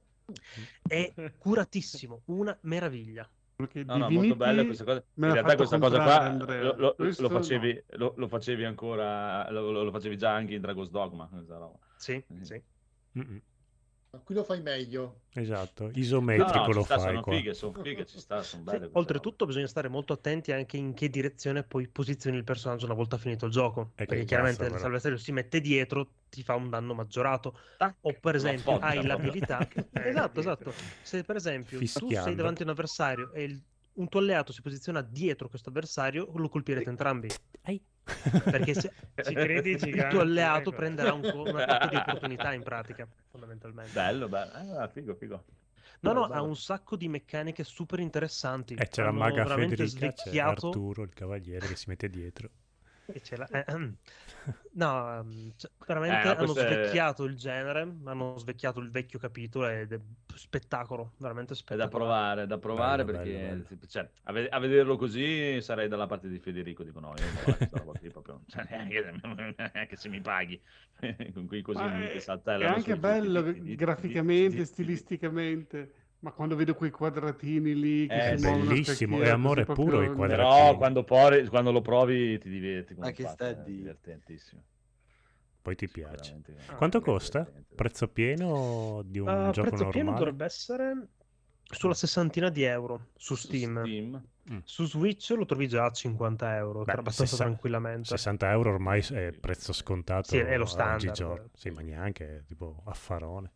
è curatissimo, una meraviglia. Perché No, no, molto bella Divinity questa cosa. me In l'ha realtà fatto questa cosa comprare qua Andrea. lo, lo- Questo lo no. facevi, lo, lo facevi ancora, lo, lo- lo facevi già anche in Dragon's Dogma, questa roba. Sì, Mm. sì. Mm-mm. Ma qui lo fai meglio. Esatto, No, isometrico no, ci lo sta, fai sono qua. fighe, sono fighe, ci sta, sono Sì, belle queste oltretutto bisogna stare molto attenti anche in che direzione poi posizioni il personaggio una volta finito il gioco, Eh, che perché cazzo, chiaramente però. se l'avversario si mette dietro ti fa un danno maggiorato. robe. O per Lo esempio appoggia hai proprio. l'abilità, Eh, esatto, dietro. esatto. Se per esempio tu sei Fischiando. davanti a un avversario e il- un tuo alleato si posiziona dietro questo avversario, lo colpirete entrambi. Ai. Perché se Ci credi, il gigante? tuo alleato Ecco. prenderà un co- una colpo di opportunità in pratica, fondamentalmente. Bello, bello. Ah, figo, figo. No, no, Bello, ha bello. un sacco di meccaniche super interessanti. E c'è la Hanno maga veramente Federica, c'è svecchiato Arturo, il cavaliere, che si mette dietro. e c'è la- eh, ehm. No, ehm, cioè, veramente Eh, hanno questo è- svecchiato il genere, hanno svecchiato il vecchio capitolo ed è spettacolo, veramente È da spettacolare. provare, da provare Bello, perché bello, bello. cioè, a, ve- a vederlo così sarei dalla parte di Federico, dico no, io non voglio questa roba qui proprio, cioè, neanche, neanche se mi paghi con quei cosini Ma che è, è saltellano anche su- bello di- di- di- graficamente, di- di- stilisticamente, ma quando vedo quei quadratini lì che Eh, si muovono a bellissimo, scacchiere, è amore così puro i proprio- quadratini. Però quando, poi- quando lo provi ti diverti come Anche un pazzo, sta è di- divertentissimo. Poi ti Sì, piace. veramente- Ah, Quanto veramente costa? divertente. Prezzo pieno di un Uh, gioco prezzo pieno normale? dovrebbe essere sulla sessantina di euro su Su Steam. Steam. Mm. Su Switch lo trovi già a cinquanta euro, Beh, tra- abbastanza sessa- tranquillamente. sessanta euro ormai è prezzo scontato Sì, è lo standard. oggigiorno. Sì, ma neanche, tipo affarone.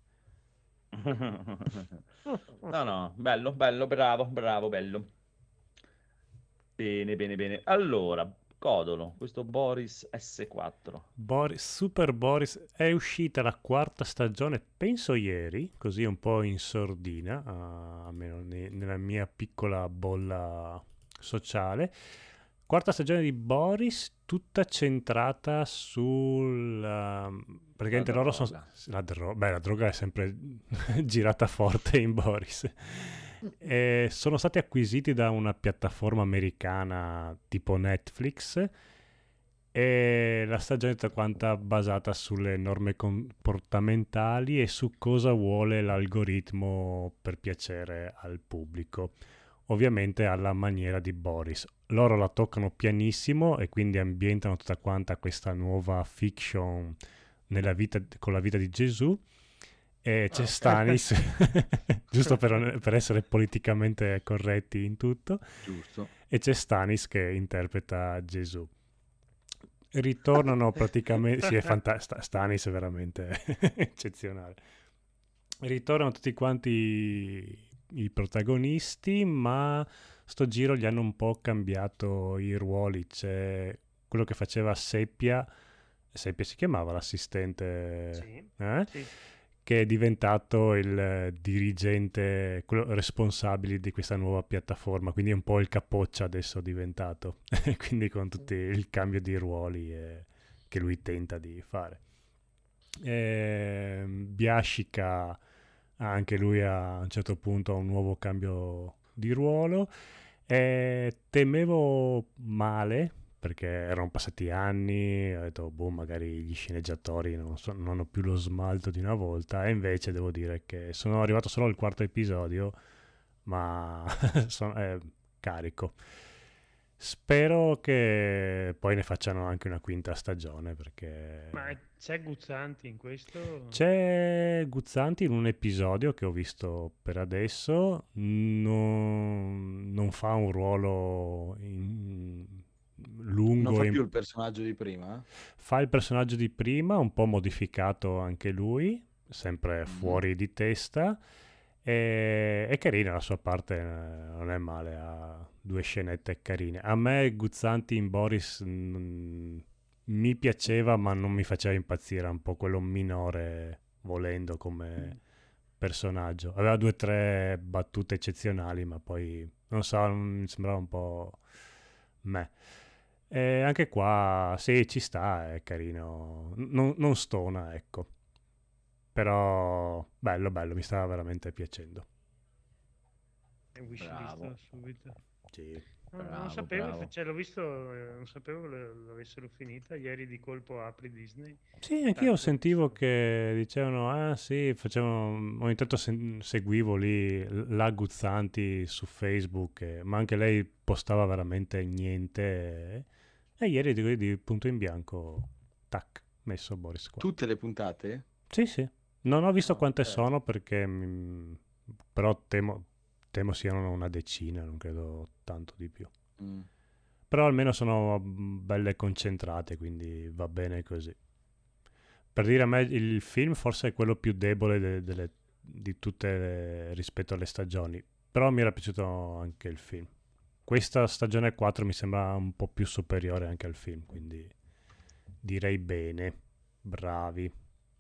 No, no, bello, bello, bravo, bravo, bello. Bene, bene, bene. Allora, Codolo, questo Boris S quattro. Boris, Super Boris, è uscita la quarta stagione, penso ieri, così un po' in sordina, ah, almeno ne- nella mia piccola bolla sociale. Quarta stagione di Boris, tutta centrata sul... um, praticamente La loro sono... droga. La, dro- beh, la droga è sempre girata forte in Boris. E sono stati acquisiti da una piattaforma americana tipo Netflix e la stagione è tutta quanta basata sulle norme comportamentali e su cosa vuole l'algoritmo per piacere al pubblico, ovviamente alla maniera di Boris. Loro la toccano pianissimo e quindi ambientano tutta quanta questa nuova fiction nella vita, con la vita di Gesù. E c'è Ah, ok. Stanis, giusto per, per essere politicamente corretti in tutto, Giusto. e c'è Stanis che interpreta Gesù. Ritornano praticamente, sì, è fantastico, Stanis è veramente eccezionale. Ritornano tutti quanti i protagonisti, ma sto giro gli hanno un po' cambiato i ruoli. C'è quello che faceva Seppia, Seppia si chiamava l'assistente, Sì, eh? sì. che è diventato il dirigente, quello responsabile di questa nuova piattaforma, quindi è un po' il capoccia adesso diventato, quindi con tutto il cambio di ruoli eh, che lui tenta di fare. E Biascica anche lui a un certo punto ha un nuovo cambio di ruolo e temevo male perché erano passati anni, ho detto boh, magari gli sceneggiatori non, so- non hanno più lo smalto di una volta, e invece devo dire che sono arrivato solo al quarto episodio, ma sono è carico. Spero che poi ne facciano anche una quinta stagione, perché Ma c'è Guzzanti in questo? c'è Guzzanti in un episodio che ho visto per adesso, non, non fa un ruolo in- lungo. Non fa e- più il personaggio di prima? Fa il personaggio di prima, un po' modificato anche lui, sempre Mhm. fuori di testa. E- È carina la sua parte, eh, non è male, ha due scenette carine. A me Guzzanti in Boris mm, mi piaceva, ma non mi faceva impazzire, era un po' quello minore, volendo come personaggio. Aveva due o tre battute eccezionali, ma poi, non so, mi sembrava un po' me. E anche qua, sì, ci sta, è carino. Non, non stona, ecco. Però bello, bello, mi stava veramente piacendo. È wishlist Bravo. subito. Sì. No, Bravo, non sapevo, bravo. cioè, l'ho visto, eh, non sapevo che lo- l'avessero finita. Ieri di colpo apri Disney. Sì, anch'io Tac, sentivo su. che dicevano, ah sì, facevano, ogni tanto sen- seguivo lì la Guzzanti su Facebook, eh, ma anche lei postava veramente niente. E, e ieri di, di punto in bianco, tac, messo Boris qua. Tutte le puntate? Sì, sì. Non ho visto Ah, quante ok. sono perché, mm, però temo, temo siano una decina, non credo tanto di più. Mm. Però almeno sono mm, belle concentrate, quindi va bene così. Per dire a me il film forse è quello più debole de- delle- di tutte le- rispetto alle stagioni, però mi era piaciuto anche il film. Questa stagione quattro mi sembra un po' più superiore anche al film, quindi direi bene, bravi.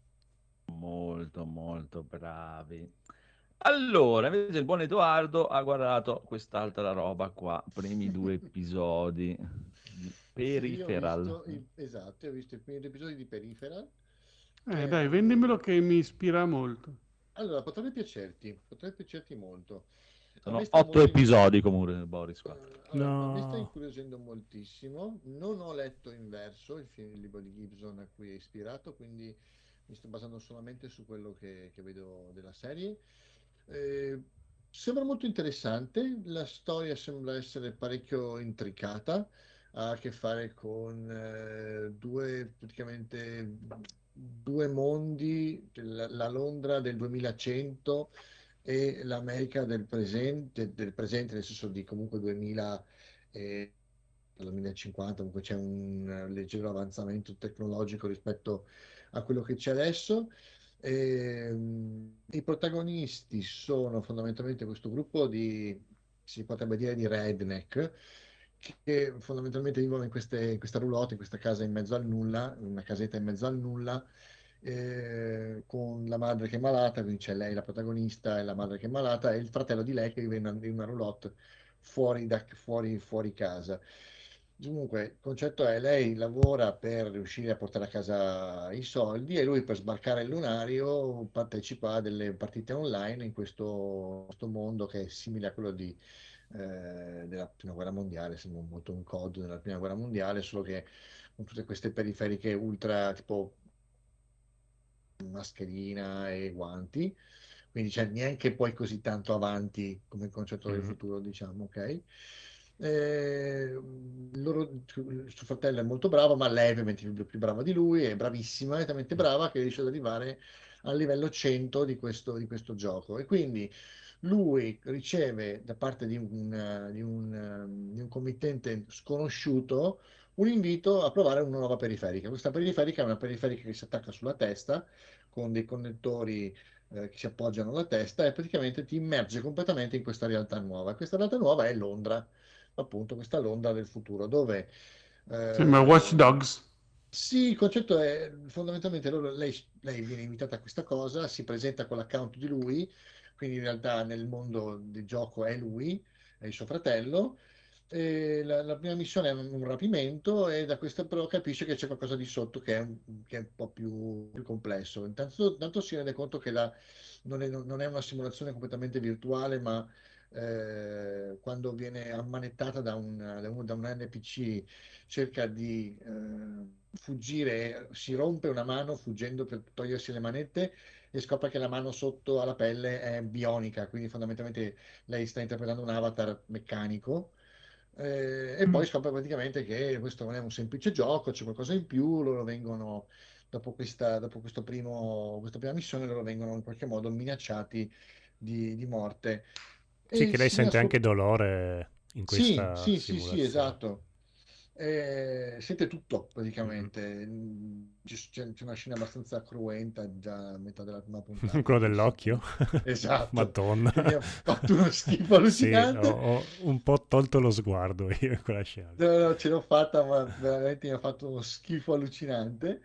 Molto, molto bravi. Allora, invece il buon Edoardo ha guardato quest'altra roba qua, primi due episodi di Sì, ho Peripheral. visto il- esatto, ho visto i primi due episodi di Peripheral. Eh, che dai, è- vendimelo che mi ispira molto. Allora, potrebbe piacerti, potrebbe piacerti molto. A Sono me sta otto molto- episodi comunque, Boris qua. Eh, allora, a me sta No. incuriosendo moltissimo. Non ho letto in verso il, film, il libro di Gibson a cui è ispirato, quindi mi sto basando solamente su quello che, che vedo della serie. Eh, sembra molto interessante, la storia sembra essere parecchio intricata, ha a che fare con eh, due, praticamente due mondi, la, la Londra del duemilacento e l'America del presente, del presente nel senso di comunque duemila e duemilacinquanta, comunque c'è un leggero avanzamento tecnologico rispetto a quello che c'è adesso. Ehm, I protagonisti sono fondamentalmente questo gruppo di, si potrebbe dire, di redneck, che fondamentalmente vivono in, queste, in questa roulotte, in questa casa in mezzo al nulla, una casetta in mezzo al nulla, eh, con la madre che è malata, quindi c'è lei la protagonista e la madre che è malata, e il fratello di lei che vive in una, in una roulotte fuori, da, fuori, fuori casa. Comunque, il concetto è lei lavora per riuscire a portare a casa i soldi e lui per sbarcare il lunario partecipa a delle partite online in questo, questo mondo che è simile a quello di, eh, della prima guerra mondiale, sembra molto un C O D della prima guerra mondiale, solo che con tutte queste periferiche ultra tipo mascherina e guanti, quindi c'è neanche poi così tanto avanti come il concetto del Mhm. futuro, diciamo, ok? Eh, il loro, il suo fratello è molto bravo, ma lei ovviamente è più, più brava di lui, è bravissima, è talmente brava che riesce ad arrivare al livello cento di questo, di questo gioco. E quindi lui riceve da parte di un, di un, di un committente sconosciuto un invito a provare una nuova periferica. Questa periferica è una periferica che si attacca sulla testa con dei connettori eh, che si appoggiano alla testa e praticamente ti immerge completamente in questa realtà nuova. Questa realtà nuova è Londra, appunto, questa Londra del futuro, dove Sembra Watch eh, Dogs. sì, il concetto è fondamentalmente loro- lei, lei viene invitata a questa cosa, si presenta con l'account di lui, quindi in realtà nel mondo del gioco è lui, è il suo fratello. E la, la prima missione è un, un rapimento e da questo però capisce che c'è qualcosa di sotto che è un, che è un po' più, più complesso. Intanto, intanto si rende conto che la- non è, non è una simulazione completamente virtuale, ma eh, quando viene ammanettata da un, da un, da un N P C cerca di eh, fuggire, si rompe una mano fuggendo per togliersi le manette e scopre che la mano sotto alla pelle è bionica, quindi fondamentalmente lei sta interpretando un avatar meccanico. Eh, e poi scopre praticamente che questo non è un semplice gioco, c'è qualcosa in più, loro vengono, dopo questa, dopo questo primo, questa prima missione, loro vengono in qualche modo minacciati di, di morte. Sì, E che lei si viene a sente scop- anche dolore in sì, questa sì, sì, sì, simulazione. esatto. Eh, sente tutto praticamente. Mm, ci- C'è c'è una scena abbastanza cruenta già a metà della prima puntata. Quello quindi dell'occhio? esatto, Madonna. che mi ha fatto uno schifo Sì, ho, allucinante. ho un po' tolto lo sguardo io in quella scena. No, no, ce l'ho fatta, ma veramente mi ha fatto uno schifo allucinante.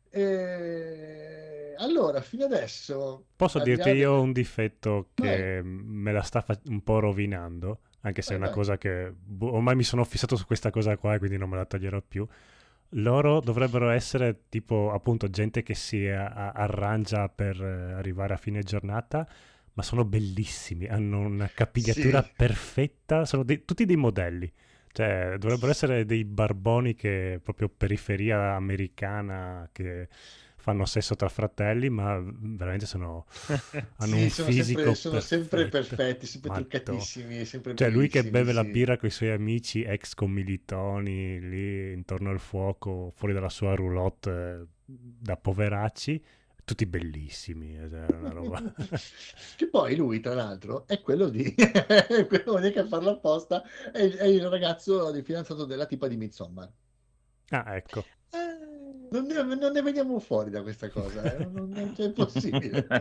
E allora, fino adesso, Posso al di dirti là io delle... un difetto Vai, che me la sta fa- un po' rovinando, anche se è vai, una vai. cosa che boh, ormai mi sono fissato su questa cosa qua e quindi non me la toglierò più. Loro dovrebbero essere tipo appunto gente che si a- a- arrangia per eh, arrivare a fine giornata, ma sono bellissimi, hanno una capigliatura Sì, perfetta, sono dei- tutti dei modelli. Cioè, dovrebbero essere dei barboni che proprio periferia americana che fanno sesso tra fratelli, ma veramente sono hanno un sì, sono sempre, fisico sono sempre perfetto. perfetti, sempre Matto. truccatissimi, sempre Cioè, lui che bellissimi, beve la sì. birra con i suoi amici ex commilitoni lì intorno al fuoco, fuori dalla sua roulotte eh, da poveracci, tutti bellissimi, eh, cioè, è una roba. Che poi lui, tra l'altro, è quello di è quello lì che farlo apposta, è, il è il ragazzo di fidanzato della tipa di Midsommar. Ah, ecco. Eh, non ne, non ne veniamo fuori da questa cosa, eh, Non, non c'è possibile.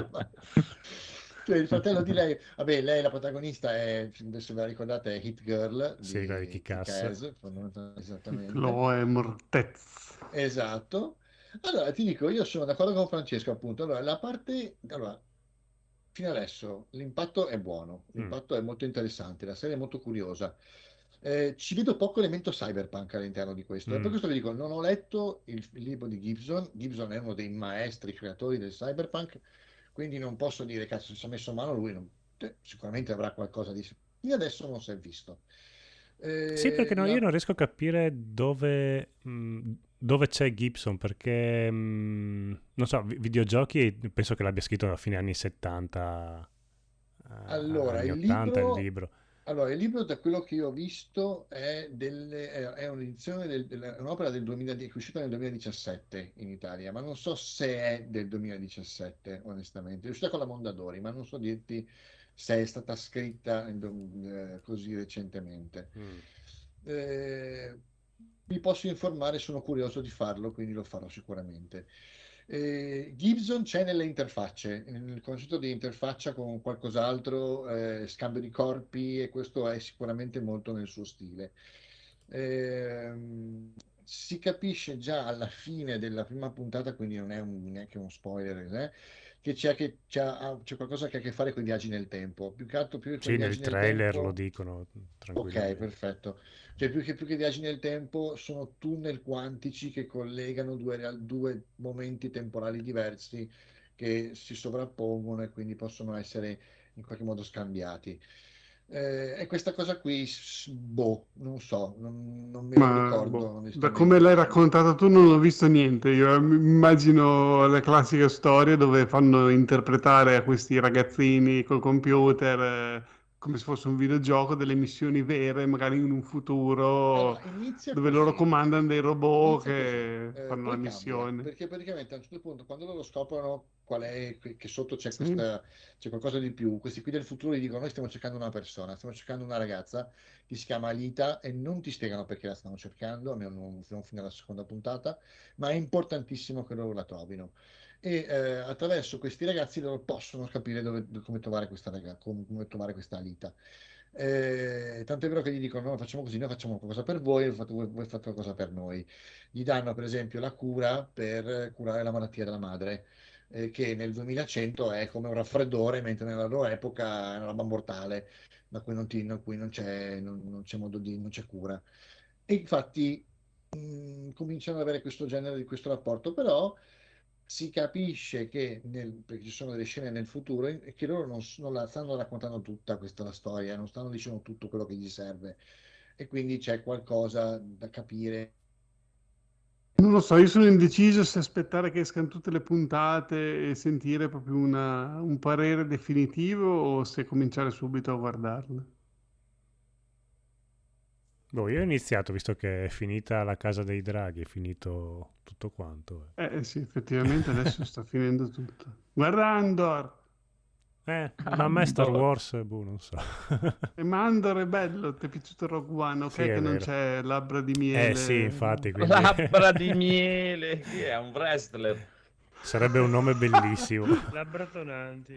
Cioè, il fratello di lei, vabbè, lei la protagonista è, adesso ve la ricordate, è Hit Girl Sì, quella di di Kick-Ass. Kick-Ass, esattamente. Chloe Mortez. Esatto. Allora, ti dico, io sono d'accordo con Francesco, appunto. Allora, la parte... Allora, fino adesso l'impatto è buono, Mm, l'impatto è molto interessante, la serie è molto curiosa. Eh, ci vedo poco elemento cyberpunk all'interno di questo, e per mm. questo vi dico, non ho letto il, il libro di Gibson. Gibson è uno dei maestri creatori del cyberpunk, quindi non posso dire, cazzo, se ci ha messo mano lui, non- eh, sicuramente avrà qualcosa di... Fino adesso non si è visto. Sì, perché Eh, no, io la- non riesco a capire dove, mh, dove c'è Gibson, perché mh, non so, vi- videogiochi penso che l'abbia scritto a fine anni settanta, eh, Allora, anni il ottanta il libro, libro. allora, il libro, da quello che io ho visto, è, delle- è- è un'edizione, del- della- è un'opera del duemila, che è uscita nel duemiladiciassette in Italia, ma non so se è del duemiladiciassette, onestamente. È uscita con la Mondadori, ma non so dirti se è stata scritta in do- eh, così recentemente. Mm. Eh, Mi posso informare, sono curioso di farlo, quindi lo farò sicuramente. Eh, Gibson c'è nelle interfacce, nel concetto di interfaccia con qualcos'altro, eh, scambio di corpi, e questo è sicuramente molto nel suo stile. Ehm, si capisce già alla fine della prima puntata, quindi non è un- neanche uno spoiler, eh, che c'è che- c'è ha- c'è qualcosa che ha a che fare con i viaggi nel tempo. Più che altro, più che con i Sì, nel viaggi nel trailer lo tempo. dicono Ok, tranquillamente. perfetto. Cioè, più che, più che viaggi nel tempo, sono tunnel quantici che collegano due, real- due momenti temporali diversi che si sovrappongono e quindi possono essere in qualche modo scambiati. Eh, e questa cosa qui, s- boh, non so, non, non me lo Ma ricordo boh, da come onestamente. l'hai raccontato tu non ho visto niente. Io mi immagino la classica storia dove fanno interpretare a questi ragazzini col computer, eh, come se fosse un videogioco, delle missioni vere, magari in un Allora, futuro, inizia dove loro così. comandano dei robot Inizia così, che eh, fanno la poi cambia, missione. perché praticamente a un certo punto, quando loro scoprono qual è, che che sotto c'è Sì. questa, c'è qualcosa di più, questi qui del futuro gli dicono: noi stiamo cercando una persona, stiamo cercando una ragazza che si chiama Alita, e non ti spiegano perché la stanno cercando, almeno non siamo fino alla seconda puntata, ma è importantissimo che loro la trovino. E eh, attraverso questi ragazzi loro possono capire dove, come trovare questa ragazza, come, come trovare questa Alita. Eh, tanto è vero che gli dicono: no, facciamo così, noi facciamo qualcosa per voi, voi fate, voi voi fate qualcosa per noi. Gli danno per esempio la cura per curare la malattia della madre, eh, che nel duemilacento è come un raffreddore, mentre nella loro epoca è una roba mortale, da cui non, ti- da cui non c'è non, non c'è modo di, non c'è cura. E infatti mh, cominciano ad avere questo genere di questo rapporto, però si capisce che, nel- perché ci sono delle scene nel futuro, in- che loro non, s- non la stanno raccontando tutta questa la storia, non stanno dicendo tutto quello che gli serve, e quindi c'è qualcosa da capire. Non lo so, io sono indeciso se aspettare che escano tutte le puntate e sentire proprio una- un parere definitivo o se cominciare subito a guardarle. Boh, io ho iniziato, visto che è finita la Casa dei Draghi, è finito tutto quanto. Eh eh, sì, effettivamente adesso sta finendo tutto. Guarda Andor! Eh, ma a me Star Wars, boh, non so. E Mandor è bello, ti è piaciuto Rogue One, ok Sì, è che non vero. c'è labbra di miele. Eh sì, infatti, quindi Labbra di miele, chi è? Un wrestler. sarebbe un nome bellissimo. Labbra tonanti.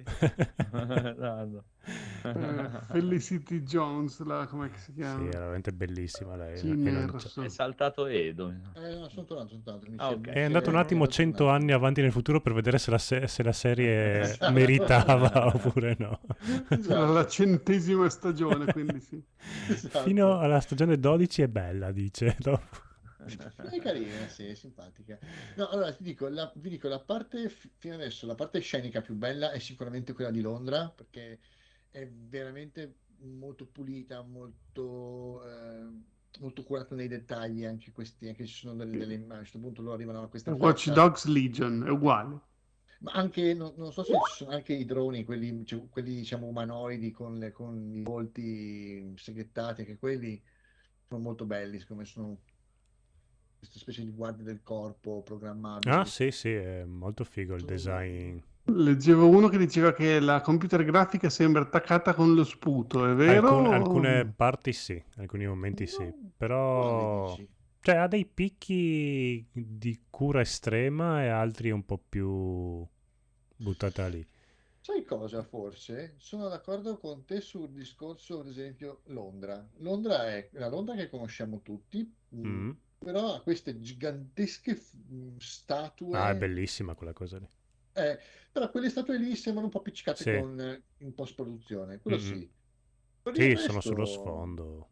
No, no. Eh, Felicity Jones, la, com'è che si Sì, chiama? era veramente bellissima lei. Sì, e non c'è- Nerso. È saltato Edo. Eh, no, sono tornato, sono tornato. Mi Ah, si- ok. mi È si andato un mi attimo ero cento tornato. anni avanti nel futuro per vedere se la, se- se la serie Esatto. meritava oppure no. Era la Esatto. centesima stagione, quindi sì. Esatto. Fino alla stagione dodici è bella, dice. Dopo. È carina, sì, è simpatica. No, allora ti dico, la, vi dico, la parte fi- fino adesso, la parte scenica più bella è sicuramente quella di Londra, perché è veramente molto pulita, molto, eh, molto curata nei dettagli, anche questi, anche ci sono delle, delle immagini, a questo punto loro arrivano a questa Watch festa, Dogs Legion è uguale. ma anche, non, non so se ci sono anche i droni, quelli, cioè, quelli diciamo umanoidi con, le- con i volti seghettati, anche quelli sono molto belli, secondo me sono queste specie di guardie del corpo programmabili. Ah sì, sì, è molto figo il Sono- design. Leggevo uno che diceva che la computer grafica sembra attaccata con lo sputo, è vero? Alcun- alcune parti sì, alcuni momenti sì, No, però quale dici? cioè, ha dei picchi di cura estrema e altri un po' più buttata lì. Sai cosa forse? Sono d'accordo con te sul discorso, ad esempio, Londra. Londra è la Londra che conosciamo tutti, mh, Mm. però ha queste gigantesche f- mh, statue, Ah, è bellissima quella cosa lì. eh, però quelle statue lì sembrano un po' appiccicate Sì. con, eh, in post-produzione, quello Mm-mm. sì. Per il Sì, sono sullo resto, sfondo.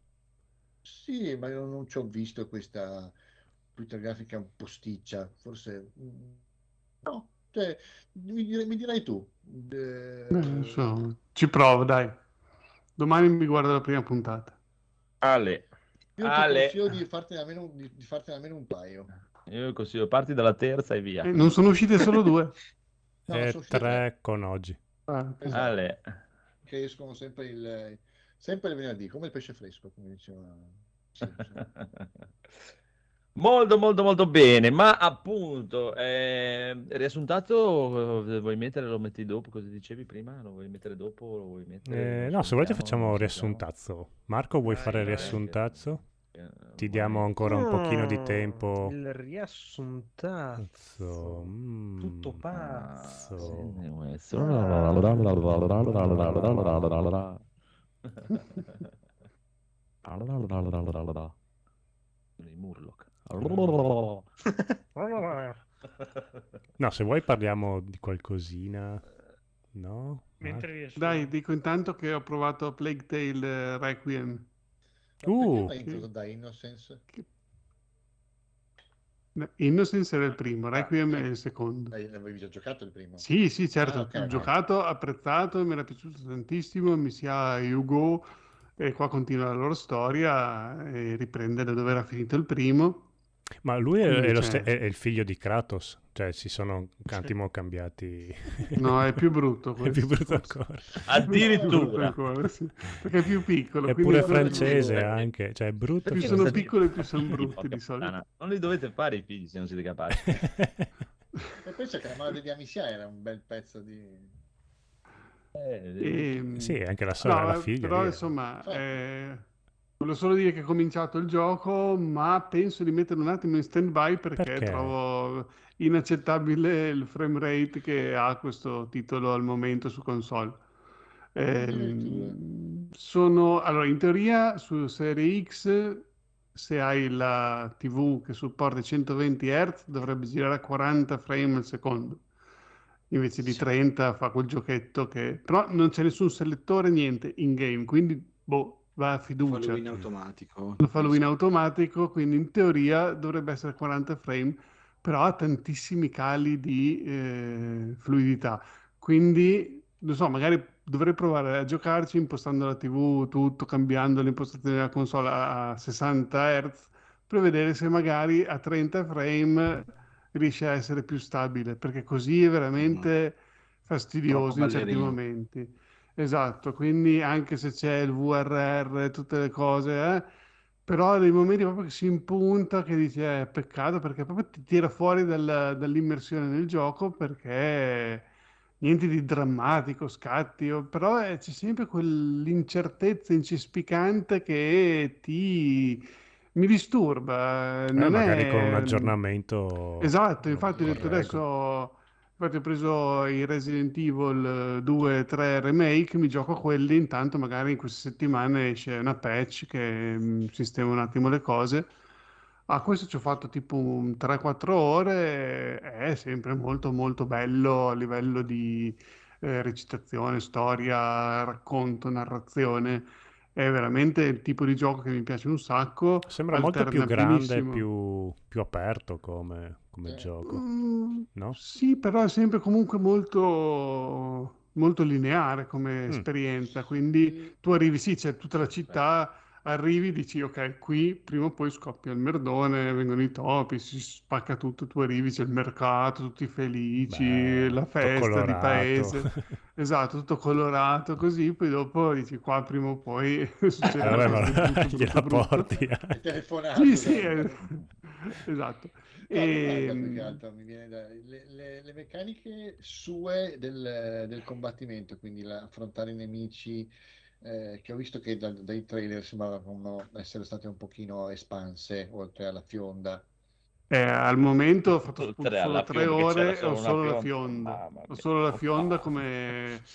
sì, ma io non ci ho visto questa computer grafica un po' sticcia, forse mh, no, cioè, mi, dire- mi dirai tu. Eh, Eh, non so, ci provo, dai. Domani mi guardo la prima puntata. Ale. Io ti Ale. consiglio di fartene almeno, di, di fartene almeno un paio. Io consiglio, parti dalla terza e via. Eh, non sono uscite solo due. No, E sono uscite tre, tre con oggi. Ah, esatto, Ale. che escono sempre il, sempre il venerdì, come il pesce fresco, come diceva. Sì, sì. Molto molto molto bene, ma appunto eh, riassuntato eh, vuoi mettere, lo metti dopo, cosa dicevi prima? Lo vuoi mettere dopo? Lo vuoi mettere? Eh, Lo no, se volete saltiamo? facciamo Lo saltiamo? riassuntazzo. Marco, vuoi Vai, fare vai. riassuntazzo? Eh, Ti vuoi- diamo ancora un pochino di Mm, tempo. Il riassuntazzo. Cazzo, mm, Tutto Ah, pazzo. sì, ne vuoi- I Murloc. No, se vuoi parliamo di qualcosina. No? Mentre Mar- riesco. dai, dico intanto che ho provato Plague Tale eh, Requiem. Ma perché Uh, non hai introdotto da Innocence? Innocence era il primo, Requiem Ah, è il secondo. Dai, l'avevi già giocato il primo? Sì, sì, certo, Ah, ok, ho ok. giocato, apprezzato, mi era piaciuto tantissimo, mi sia Hugo e qua continua la loro storia e riprende da dove era finito il primo. ma lui è, Quindi è lo c'è- ste- è- è il figlio di Kratos, cioè si sono un attimo cambiati. No, è più brutto È più questo, brutto forse. ancora. Addirittura. Ancora, sì, perché è più piccolo. È quindi pure ancora più francese brutto. anche, cioè è brutto. Più Perché sono questa piccoli, gente- più sono brutti Porca di solito. puttana, non li dovete fare i figli se non siete capaci. E pensa che la madre di Amicia era un bel pezzo di... Eh, E, Sì, anche la sorella, no, la eh, figlia. però lì. insomma, Infatti. eh, volevo solo dire che ho cominciato il gioco, ma penso di metterlo un attimo in stand-by perché, Perché? trovo inaccettabile il frame rate che ha questo titolo al momento su console. Addirittura. Ehm, sono, allora, in teoria su Serie X, se hai la T V che supporta i centoventi hertz, dovrebbe girare a quaranta frame al secondo. Invece di trenta fa quel giochetto che... Però non c'è nessun selettore, niente in game, quindi boh, va a Fa fiducia. lui in automatico. Lo fa lui in automatico, quindi in teoria dovrebbe essere quaranta frame, però ha tantissimi cali di eh, fluidità. Quindi, non so, magari dovrei provare a giocarci impostando la T V, tutto, cambiando l'impostazione della console a a sessanta hertz, per vedere se magari a trenta frame riesce a essere più stabile, perché così è veramente fastidioso in certi ballerino. momenti. Esatto, quindi anche se c'è il V R R e tutte le cose, eh, però dei momenti proprio che si impunta, che dici, eh, peccato, perché proprio ti tira fuori dal- dall'immersione nel gioco, perché niente di drammatico, scatti, o- però eh, c'è sempre quell'incertezza incespicante che ti mi disturba. Eh, Non magari con un è aggiornamento esatto, lo, infatti ho lo detto correggono. adesso, infatti ho preso i Resident Evil due, tre remake, mi gioco quelli, intanto magari in queste settimane esce una patch che mm, sistema un attimo le cose. A questo ci ho fatto tipo un tre quattro ore, è sempre molto molto bello a livello di eh, recitazione, storia, racconto, narrazione. È veramente il tipo di gioco che mi piace un sacco, Sembra molto più grande, alternabilissimo. più, più aperto come, come Sì. gioco, Mm, no? sì, però è sempre comunque molto, molto lineare come Mm. esperienza, quindi tu arrivi, sì, c'è tutta la città, arrivi, dici ok, qui prima o poi scoppia il merdone, vengono i topi, si spacca tutto, tu arrivi, c'è il mercato, tutti felici, Bello, la tutto festa di colorato. paese, esatto, tutto colorato così, poi dopo dici qua prima o poi succede Vabbè, ma qualcosa di brutto, gliela brutto, brutto. porti. Hai eh. telefonato, Sì, sì, dai. eh, esatto. No, domanda più che E, altro mi viene da... Le, le- le meccaniche sue del, del combattimento, quindi la- affrontare i nemici, eh, che ho visto che da- dai trailer sembravano essere state un pochino espanse, oltre alla fionda. Eh, al momento ho fatto sp- Tre solo alla tre fionda, che c'era ore e ho solo una solo la fionda. fionda. Mamma Ho mia. solo la fionda come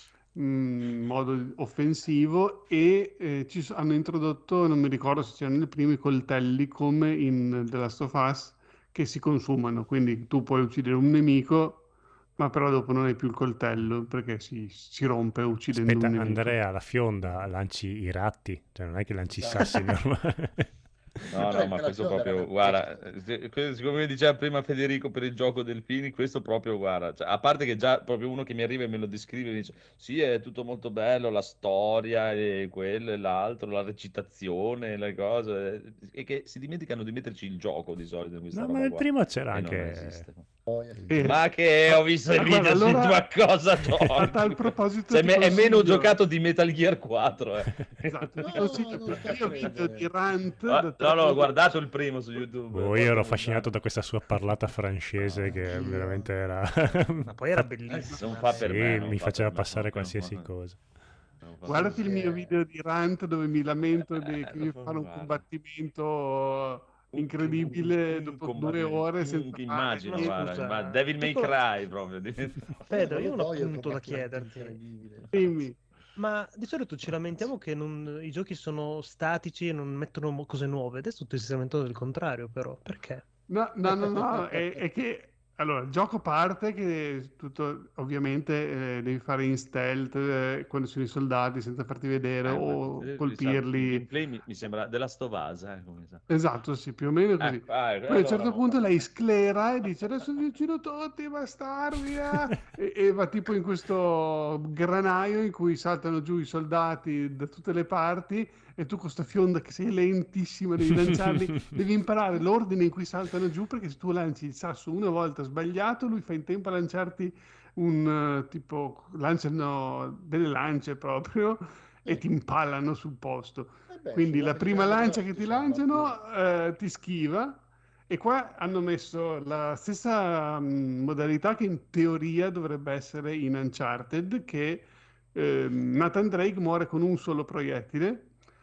mm, modo offensivo e eh, ci so- hanno introdotto, non mi ricordo se c'erano nel primo, i coltelli come in The Last of Us che si consumano. Quindi tu puoi uccidere un nemico, ma però dopo non hai più il coltello perché si, si rompe uccidendo un Aspetta, nemico. Andrea, la fionda lanci i ratti, cioè non è che lanci i Esatto. sassi normali. No, no, Potrei ma per la questo fionda era proprio, una guarda, bestia. eh, se- que- come diceva prima Federico per il gioco delfini, questo proprio, guarda, cioè, a parte che già proprio uno che mi arriva e me lo descrive e mi dice, sì, è tutto molto bello, la storia e quello e l'altro, la recitazione, le cose, eh, e che si dimenticano di metterci il gioco di solito in questa No, ma roba nel qua, primo c'era e non anche esiste. Poi- il E- gioco. Ma che ho visto i Ah, guarda, video su allora, ma cosa a tal giochi? proposito Cioè, ti me- è meno consiglio. giocato di Metal Gear quattro, eh. Esatto, ti No, consiglio non questo sto a mio video di credere. rant Ah, da no, tre no, ho ore. guardato il primo su YouTube. Oh, poi io ero ho affascinato guardato. da questa sua parlata francese che Anch'io. veramente era... Ma poi era fa- Eh, bellissimo. non fa per Sì, me, non mi fa faceva per me, passare non- qualsiasi non- cosa. non fa per Guardati me. il mio Sì, video di rant dove mi lamento di- Eh, che lo mi fa- fanno un guarda. combattimento Un, che- un- incredibile un dopo due combattimento, ore un- senza che fare immagino, Ma niente. guarda, scusa, imma- Devil May tipo- Cry proprio. diventa- Pedro, non io ho lo un voglio il appunto da combattimento chiederti. incredibile. Dimmi. Ma di solito ci lamentiamo che non- i giochi sono statici e non mettono mo- cose nuove. Adesso ti stai lamentando del contrario, però. Perché? No, no, no, no, è, è che allora il gioco parte che tutto ovviamente eh, devi fare in stealth eh, quando sono i soldati senza farti vedere Eh, ma- o eh, Il colpirli. gameplay mi, mi sembra della Stovaz, eh, come sa. Esatto, sì, più o meno così. Ecco, ah, ecco, Poi a un allora certo non punto fa- lei sclera e dice adesso vi uccido tutti, bastardi, eh!" e, e va tipo in questo granaio in cui saltano giù i soldati da tutte le parti e tu con sta fionda che sei lentissima devi lanciarli, devi imparare l'ordine in cui saltano giù perché se tu lanci il sasso una volta sbagliato lui fa in tempo a lanciarti un eh, tipo, lanciano delle lance proprio e ti impallano sul posto. Eh beh, Quindi su la Walking prima Dead lancia che ci ti sono lanciano eh, ti schiva e qua hanno messo la stessa mm, modalità che in teoria dovrebbe essere in Uncharted, che eh, Nathan Drake muore con un solo proiettile,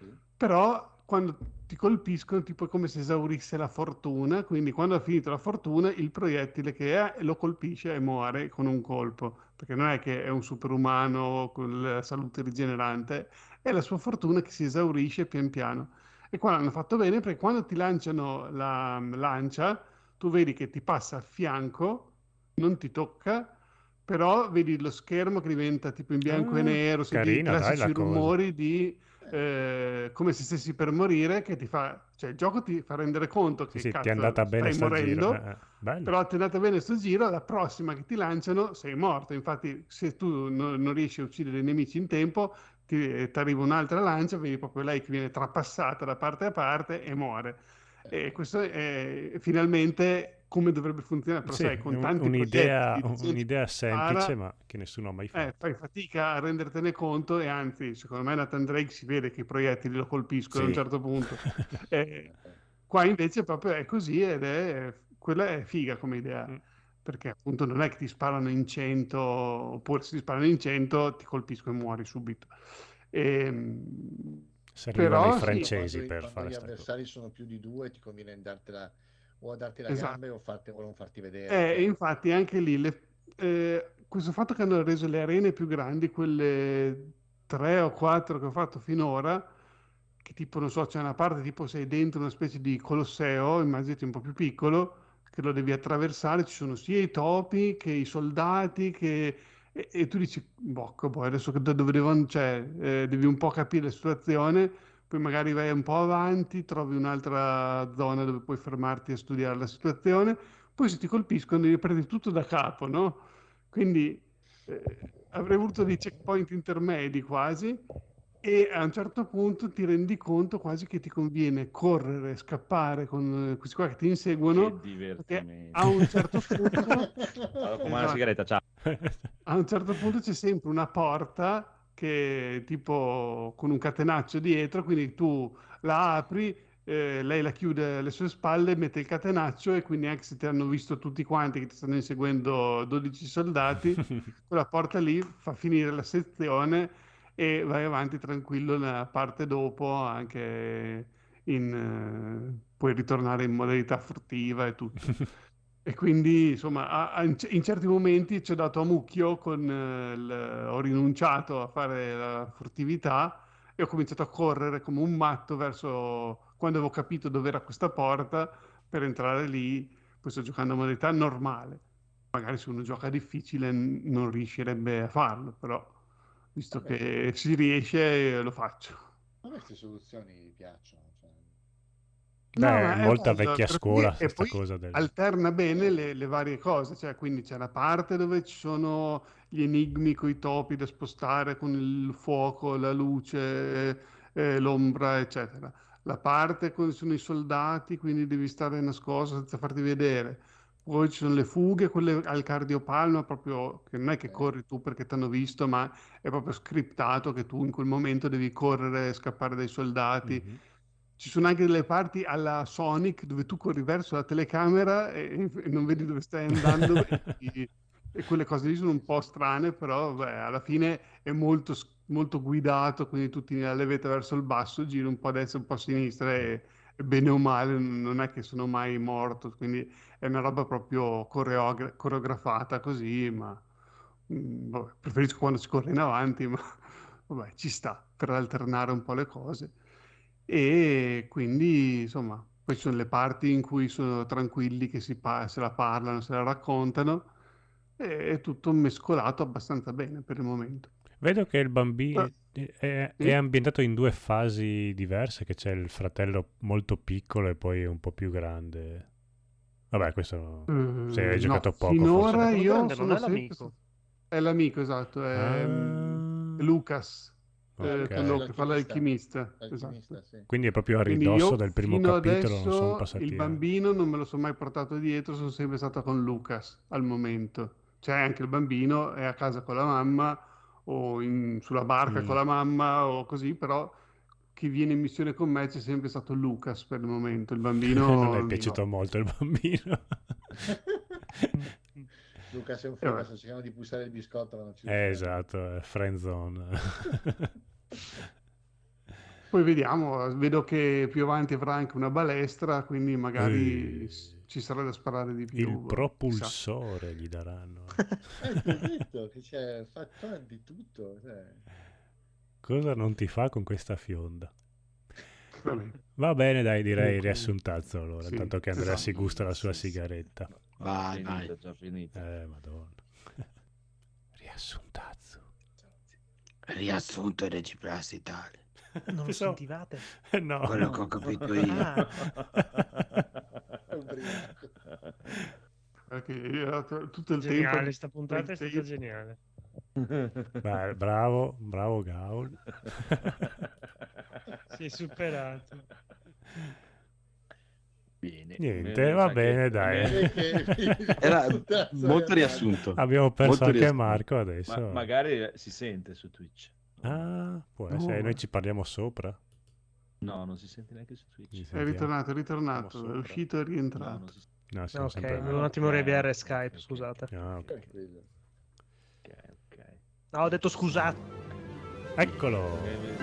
però quando ti colpiscono tipo è come se esaurisse la fortuna, quindi quando ha finito la fortuna il proiettile che è lo colpisce e muore con un colpo, perché non è che è un superumano con la salute rigenerante, è la sua fortuna che si esaurisce pian piano. E qua l'hanno fatto bene perché quando ti lanciano la lancia, tu vedi che ti passa a fianco, non ti tocca, però vedi lo schermo che diventa tipo in bianco e Ah, nero, senti i carina, dai, classici la cosa. rumori di eh, come se stessi per morire, che ti fa, cioè il gioco ti fa rendere conto Sì, che sì, ti è cazzo andata bene stai sta giro. morendo, Eh, eh, bello. però ti è andata bene sto giro, la prossima che ti lanciano sei morto. Infatti se tu non, non riesci a uccidere i nemici in tempo, ti, ti arriva un'altra lancia, vedi proprio lei che viene trapassata da parte a parte e muore. E questo è finalmente come dovrebbe funzionare, però Sì, sai, con un- tanti un'idea, progetti, gente un'idea che spara, semplice ma che nessuno ha mai eh, fatto. fai fatica a rendertene conto e anzi, secondo me Nathan Drake si vede che i proiettili lo colpiscono a un Sì. certo punto. Eh, qua invece proprio è così ed è quella è figa come idea. Mm. perché appunto non è che ti sparano in cento, oppure se ti sparano in cento ti colpisco e muori subito. Ehm, Se arrivano i però sì, francesi Quando, per quando fare gli sta cosa. avversari sono più di due, ti conviene dartela o a darti la esatto. gambe o, farti, o non farti vedere. Eh, cioè. infatti anche lì le- eh, questo fatto che hanno reso le arene più grandi, quelle tre o quattro che ho fatto finora, che tipo, non so, c'è una parte tipo sei dentro una specie di colosseo, immaginati un po' più piccolo, che lo devi attraversare, ci sono sia i topi che i soldati, che... E, e tu dici, bocco, boh, adesso che da dove devono, cioè, eh, devi un po' capire la situazione, poi magari vai un po' avanti, trovi un'altra zona dove puoi fermarti a studiare la situazione, poi se ti colpiscono devi prendere tutto da capo, no? Quindi eh, avrei voluto dei checkpoint intermedi quasi, e a un certo punto ti rendi conto quasi che ti conviene correre, scappare con eh, questi qua che ti Che inseguono, perché divertimento. a un certo punto, Vado a fumare una esatto, sigaretta, ciao. a un certo punto c'è sempre una porta che tipo con un catenaccio dietro, quindi tu la apri, eh, lei la chiude alle sue spalle, mette il catenaccio e quindi anche se ti hanno visto tutti quanti che ti stanno inseguendo dodici soldati, quella porta lì fa finire la sezione e vai avanti tranquillo nella parte dopo, anche in, eh, puoi ritornare in modalità furtiva e tutto. E quindi, insomma, a- a- in, in certi momenti ci ho dato a mucchio, con, eh, il- ho rinunciato a fare la furtività e ho cominciato a correre come un matto verso quando avevo capito dove era questa porta per entrare lì. Poi sto giocando a modalità normale. Magari se uno gioca difficile n- non riuscirebbe a farlo, però visto Vabbè, che si riesce, lo faccio. a me queste soluzioni mi piacciono. cioè. No, Beh, è ma è molta bello, vecchia per scuola cui- e sta poi cosa del... alterna bene le, le varie cose, cioè quindi c'è la parte dove ci sono gli enigmi con i topi da spostare con il fuoco, la luce, eh, l'ombra, eccetera. La parte dove sono i soldati, quindi devi stare nascosto senza farti vedere. Poi ci sono le fughe, quelle al cardiopalma, proprio che non è che Eh, corri tu perché ti hanno visto, ma è proprio scriptato che tu in quel momento devi correre e scappare dai soldati. Mhm. Ci sono anche delle parti alla Sonic dove tu corri verso la telecamera e, e non vedi dove stai andando e, ti- e quelle cose lì sono un po' strane, però beh, alla fine è molto, s- molto guidato, quindi tu tiri la levetta verso il basso, giri un po' a destra, un po' a sinistra e, e bene o male non è che sono mai morto, quindi è una roba proprio coreogra- coreografata così, ma mm, vabbè, preferisco quando si corre in avanti, ma vabbè, ci sta per alternare un po' le cose. E quindi, insomma, poi ci sono le parti in cui sono tranquilli che si pa- se la parlano, se la raccontano, e è tutto mescolato abbastanza bene per il momento. Vedo che il Eh, bambino è, è sì? ambientato in due fasi diverse, che c'è il fratello molto piccolo e poi un po' più grande. Vabbè, questo Eh, se hai giocato no, poco forse. finora Quello io grande non sono è sempre l'amico. stato... È l'amico, esatto, è mm, Ah, Lucas, ah, eh, Lucas, quello che fa l'alchimista. l'alchimista, L'alchimista, esatto. sì. quindi è proprio a Quindi ridosso io del primo fino capitolo, non sono adesso passati il a... bambino non me lo sono mai portato dietro, sono sempre stato con Lucas al momento. Cioè anche il bambino è a casa con la mamma o in- sulla barca con Mm. la mamma o così, però chi viene in missione con me c'è sempre stato Lucas per il momento, il Non bambino è lì piaciuto no. molto il bambino. Luca sei un E figo, vabbè. sto cercando di bussare il biscotto ma non ci Eh, riusciamo. esatto, è friend zone. Poi vediamo, vedo che più avanti avrà anche una balestra, quindi magari Eh, s- ci sarà da sparare di il più, chissà. propulsore gli daranno. Eh, ti ho detto che c'è, fa, fa di tutto. cioè. Cosa non ti fa con questa fionda? Vabbè. Va bene, dai, direi Comunque, riassuntazzo allora, sì, tanto che Andrea esatto. si gusta la sua sigaretta. Vai, finita, vai. già finita. Eh, madonna. Riassuntazzo. Riassunto Regi Plus Italia. Non lo Pensavo- sentivate? Eh, no. Quello che ho capito io. Ah, È ubriaco. Perché era t- tutto il Geniale, tempo sta puntata è stata tape. geniale. Beh, bravo, bravo Gaul. Si è superato. Bene. Niente, Mi va sa bene, che- dai. Direi che- Era Cazzo, molto è riassunto. Abbiamo perso Molto anche riassunto. Marco adesso. Ma magari si sente su Twitch. Ah, può No. essere, noi ci parliamo sopra. No, non si sente neanche su Ci Twitch. È sentiamo. ritornato, è ritornato, Siamo è sopra. uscito e è No, rientrato. non si No, siamo Ok, sempre... devo un attimo riavviare Skype, scusate. Ah, ok. Tranquillo. Ok, ok. No, ho detto scusate. Eccolo!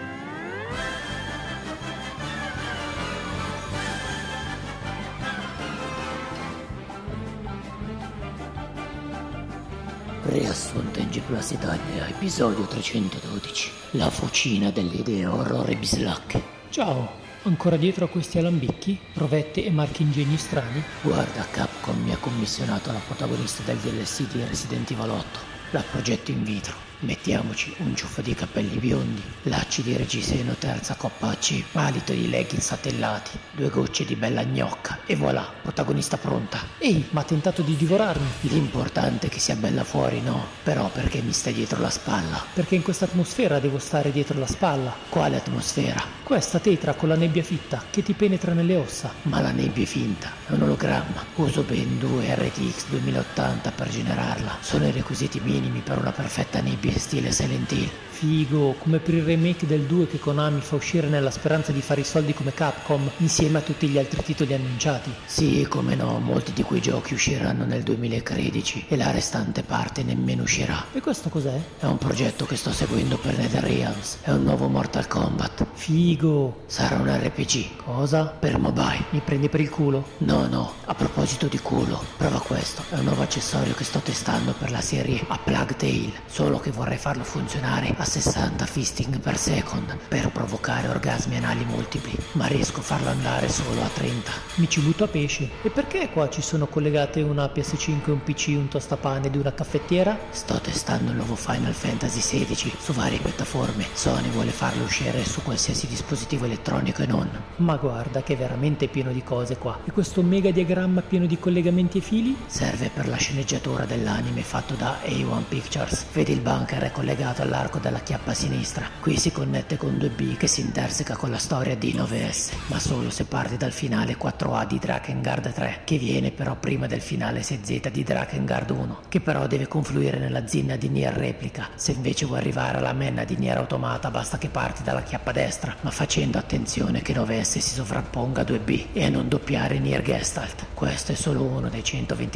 Riassunto in G Plus Italia, episodio trecentododici. La fucina delle idee horror e bislacche. Ciao, ancora dietro a questi alambicchi, provette e marchi ingegni strani? Guarda, Capcom mi ha commissionato la protagonista del D L C di Resident Evil otto. La progetto in vitro. Mettiamoci un ciuffo di capelli biondi, lacci di reggiseno terza coppa A C, alito di leggings satellati, due gocce di bella gnocca e voilà, protagonista pronta. Ehi, ma ha tentato di divorarmi? L'importante è che sia bella fuori, no? Però perché mi stai dietro la spalla? Perché in questa atmosfera devo stare dietro la spalla. Quale atmosfera? Questa tetra con la nebbia fitta che ti penetra nelle ossa. Ma la nebbia è finta, è un ologramma. Uso ben due R T X duemila ottanta per generarla. Sono i requisiti minimi per una perfetta nebbia in stile Silent Hill. Figo, come per il remake del due che Konami fa uscire nella speranza di fare i soldi come Capcom, insieme a tutti gli altri titoli annunciati. Sì, come no, molti di quei giochi usciranno nel duemilatredici e la restante parte nemmeno uscirà. E questo cos'è? È un progetto che sto seguendo per NetherRealms. È un nuovo Mortal Kombat. Figo. Sarà un R P G. Cosa? Per mobile. Mi prendi per il culo? No, no, a proposito di culo, prova questo. È un nuovo accessorio che sto testando per la serie A Plague Tale, solo che vorrei farlo funzionare a sessanta fisting per second per provocare orgasmi anali multipli, ma riesco a farlo andare solo a trenta. Mi ci butto a pesce. E perché qua ci sono collegate una P S cinque, un P C, un tostapane ed una caffettiera? Sto testando il nuovo Final Fantasy sedici su varie piattaforme. Sony vuole farlo uscire su qualsiasi dispositivo elettronico e non. Ma guarda che è veramente pieno di cose qua. E questo mega diagramma pieno di collegamenti e fili? Serve per la sceneggiatura dell'anime fatto da A uno Pictures. Vedi, il bunker è collegato all'arco della chiappa sinistra. Qui si connette con due B che si interseca con la storia di nove S, ma solo se parti dal finale quattro A di Drakengard tre, che viene però prima del finale sei Z di Drakengard uno, che però deve confluire nella zinna di Nier Replica. Se invece vuoi arrivare alla menna di Nier Automata basta che parti dalla chiappa destra, ma facendo attenzione che nove S si sovrapponga a due B e a non doppiare Nier Gestalt. Questo è solo uno dei